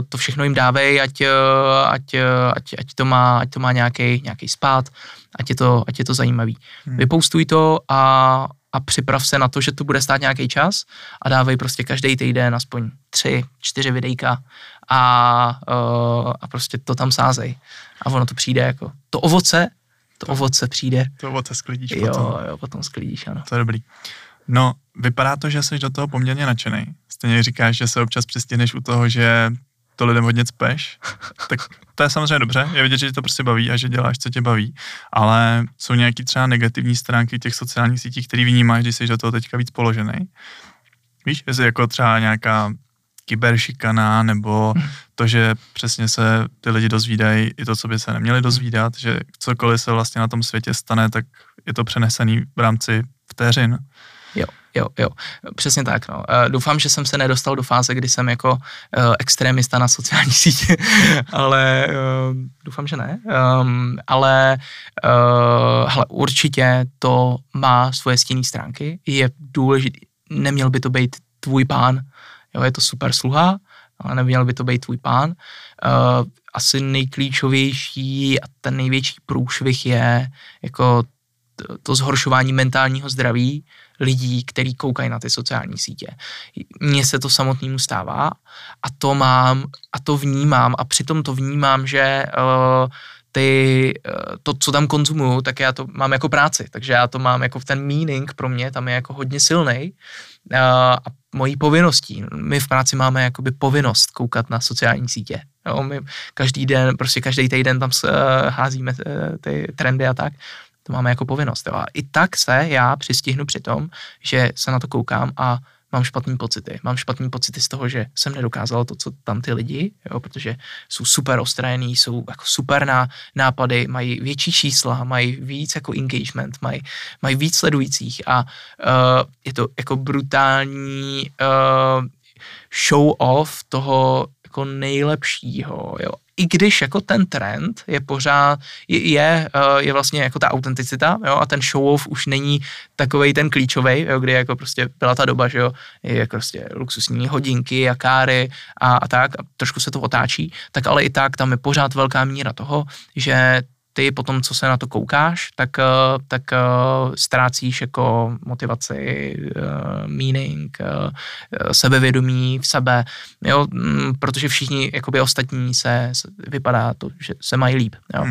ať to má nějaký spád, ať je to zajímavý. Vypoustuj to a připrav se na to, že to bude stát nějaký čas a dávej prostě každý týden aspoň 3-4 videjka a prostě to tam sázej. A ono to přijde jako to ovoce přijde. To ovoce sklidíš potom. Jo, potom sklidíš, ano. To je dobrý. No, vypadá to, že jsi do toho poměrně nadšenej. Stejně říkáš, že se občas přistihneš u toho, že to lidem hodně cpeš. Tak to je samozřejmě dobře, je vidět, že tě to prostě baví a že děláš, co tě baví, ale jsou nějaký třeba negativní stránky těch sociálních sítí, který vnímáš, když jsi do toho teďka víc položený. Víš, jestli jako třeba nějaká kyberšikana, nebo to, že přesně se ty lidi dozvídají i to, co by se neměli dozvídat, že cokoliv se vlastně na tom světě stane, tak je to přenesený v rámci vteřin. Jo, přesně tak, no. Doufám, že jsem se nedostal do fáze, kdy jsem jako extrémista na sociální sítě, ale doufám, že ne. Ale hele, určitě to má svoje stinné stránky, je důležitý, neměl by to být tvůj pán, jo, je to super sluha, ale neměl by to být tvůj pán. Asi nejklíčovější a ten největší průšvih je jako to zhoršování mentálního zdraví lidí, kteří koukají na ty sociální sítě. Mně se to samotnému stává a to vnímám a přitom to vnímám, že to, co tam konzumuju, tak já to mám jako práci, takže já to mám jako ten meaning pro mě, tam je jako hodně silnej a mojí povinností. My v práci máme jakoby povinnost koukat na sociální sítě. Jo, my každý týden tam házíme ty trendy a tak. To máme jako povinnost. Jo. A i tak se já přistihnu při tom, že se na to koukám a mám špatný pocity. Mám špatný pocity z toho, že jsem nedokázal to, co tam ty lidi, jo, protože jsou super ostrajený, jsou jako super nápady, mají větší čísla, mají víc jako engagement, mají víc sledujících a je to jako brutální show off toho jako nejlepšího, jo. i když jako ten trend je pořád, je vlastně jako ta autenticita, jo, a ten show-off už není takovej ten klíčovej, jo, kdy jako prostě byla ta doba, že jo, jako prostě luxusní hodinky, jakáry a tak, a trošku se to otáčí, tak ale i tak tam je pořád velká míra toho, že ty potom, co se na to koukáš, tak ztrácíš jako motivaci, meaning, sebevědomí v sebe, jo, protože všichni jakoby ostatní vypadá to, že se mají líp, jo.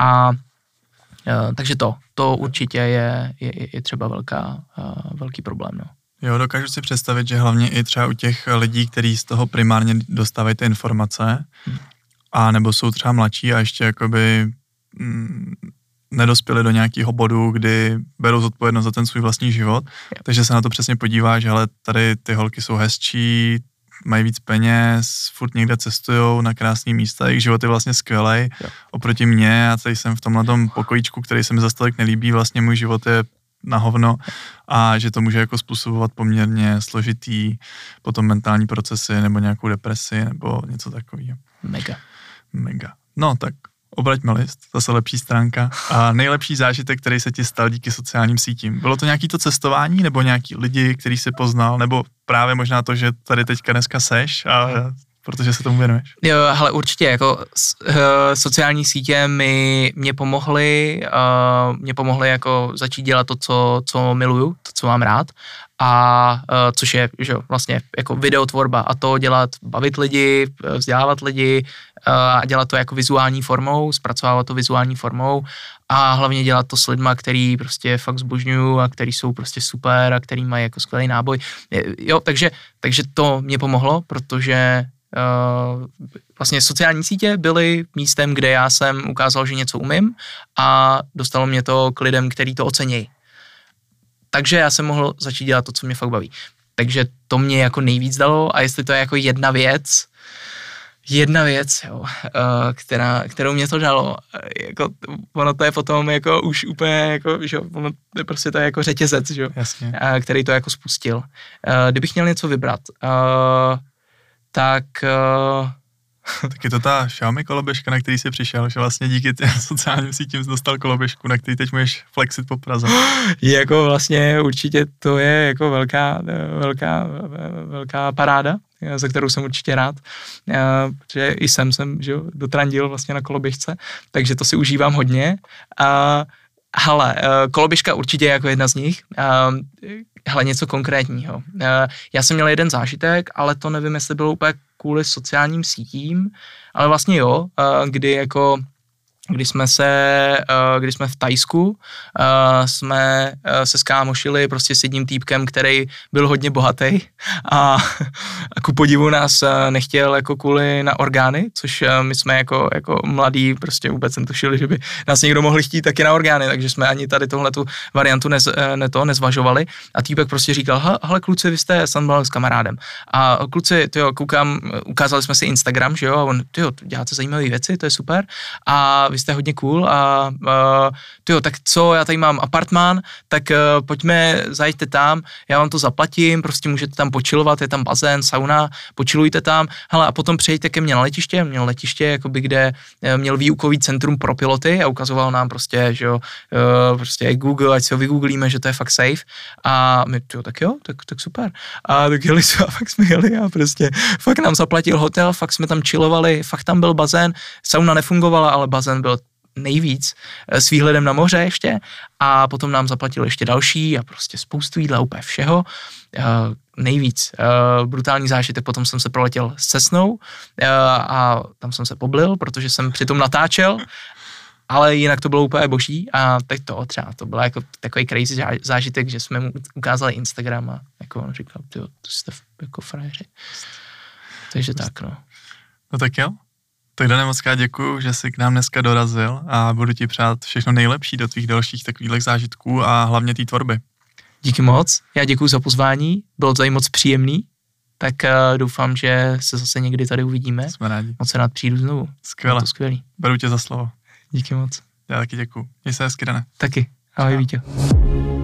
Takže to určitě je třeba velký problém, no. Jo, dokážu si představit, že hlavně i třeba u těch lidí, kteří z toho primárně dostávají ty informace, a nebo jsou třeba mladší a ještě jakoby nedospěli do nějakého bodu, kdy berou zodpovědnost za ten svůj vlastní život, takže se na to přesně podíváš, hele, tady ty holky jsou hezčí, mají víc peněz, furt někde cestujou na krásný místa, jejich život je vlastně skvělej oproti mně a tady jsem v tomhletom pokojíčku, který se mi zas tolik nelíbí, vlastně můj život je na hovno a že to může jako způsobovat poměrně složitý potom mentální procesy nebo nějakou depresi nebo něco takového. Mega. No tak obraťme list, zase lepší stránka. A nejlepší zážitek, který se ti stal díky sociálním sítím. Bylo to nějaký to cestování, nebo nějaký lidi, který jsi poznal, nebo právě možná to, že tady teďka dneska seš, a protože se tomu věnuješ? Jo, hele, určitě, jako sociální sítě mě pomohly jako začít dělat to, co miluju, to, co mám rád, a což je, že vlastně jako videotvorba a to bavit lidi, vzdělávat lidi a dělat to jako vizuální formou, zpracovávat to vizuální formou a hlavně dělat to s lidma, který prostě fakt zbožňuju a který jsou prostě super a který mají jako skvělý náboj. Jo, takže to mě pomohlo, protože vlastně sociální sítě byly místem, kde já jsem ukázal, že něco umím a dostalo mě to k lidem, který to ocenějí. Takže já jsem mohl začít dělat to, co mě fakt baví. Takže to mě jako nejvíc dalo a jestli to je jako jedna věc, jo, kterou mě to dalo, jako ono to je potom jako už úplně jako, že ono prostě to je jako řetězec, že, který to jako spustil. Kdybych měl něco vybrat, tak je to ta Xiaomi koloběžka, na který jsi přišel, že vlastně díky těm sociálním sítím jsi dostal koloběžku, na který teď můžeš flexit po Praze. Jako vlastně určitě to je jako velká paráda, za kterou jsem určitě rád, protože i jsem že jo, dotrandil vlastně na koloběžce, takže to si užívám hodně. Hele, koloběžka určitě je jako jedna z nich. Hele, něco konkrétního. Já jsem měl jeden zážitek, ale to nevím, jestli bylo úplně kvůli sociálním sítím, ale vlastně jo, když jsme v Thajsku, jsme se skámošili prostě s jedním týpkem, který byl hodně bohatý a ku podivu nás nechtěl jako kvůli na orgány, což my jsme jako mladí prostě vůbec netušili, že by nás někdo mohli chtít taky na orgány, takže jsme ani tady tohletu variantu nezvažovali a týpek prostě říkal, hele kluci, vy jste byl s kamarádem a kluci, tyjo, koukám, ukázali jsme si Instagram, že jo, a on, tyjo, děláte zajímavé věci, to je super a vy jste hodně cool a tyjo, tak co, já tady mám apartmán, tak pojďme, zajďte tam, já vám to zaplatím, prostě můžete tam počilovat, je tam bazén, sauna, počilujte tam, hele, a potom přejďte ke mně na letiště, měl letiště, jakoby, kde měl výukový centrum pro piloty a ukazoval nám prostě, že jo, prostě Google, ať si ho vygooglíme, že to je fakt safe a my, tyjo, tak jo, tak super. A tak jeli jsme a fakt jsme jeli a prostě fakt nám zaplatil hotel, fakt jsme tam chillovali, fakt tam byl bazén, sauna nefungovala, ale bazén byl nejvíc s výhledem na moře ještě a potom nám zaplatil ještě další a prostě spoustu jídla, úplně všeho. Nejvíc brutální zážitek, potom jsem se proletěl s Cessnou a tam jsem se poblil, protože jsem přitom natáčel, ale jinak to bylo úplně boží a teď to bylo jako takový crazy zážitek, že jsme mu ukázali Instagram a jako on říkal, tyjo, to jste jako frajeři. Takže tak, no. No tak jo. Tak Dane, moc děkuju, že jsi k nám dneska dorazil a budu ti přát všechno nejlepší do tvých dalších takových zážitků a hlavně té tvorby. Díky moc, já děkuju za pozvání, bylo to tady moc příjemný, tak doufám, že se zase někdy tady uvidíme. Jsme rádi. Moc se rád přijdu znovu. Skvěle. To skvělý. Beru tě za slovo. Díky moc. Já taky děkuju. Měj se hezky, Dane. Taky. Ahoj, Víťo.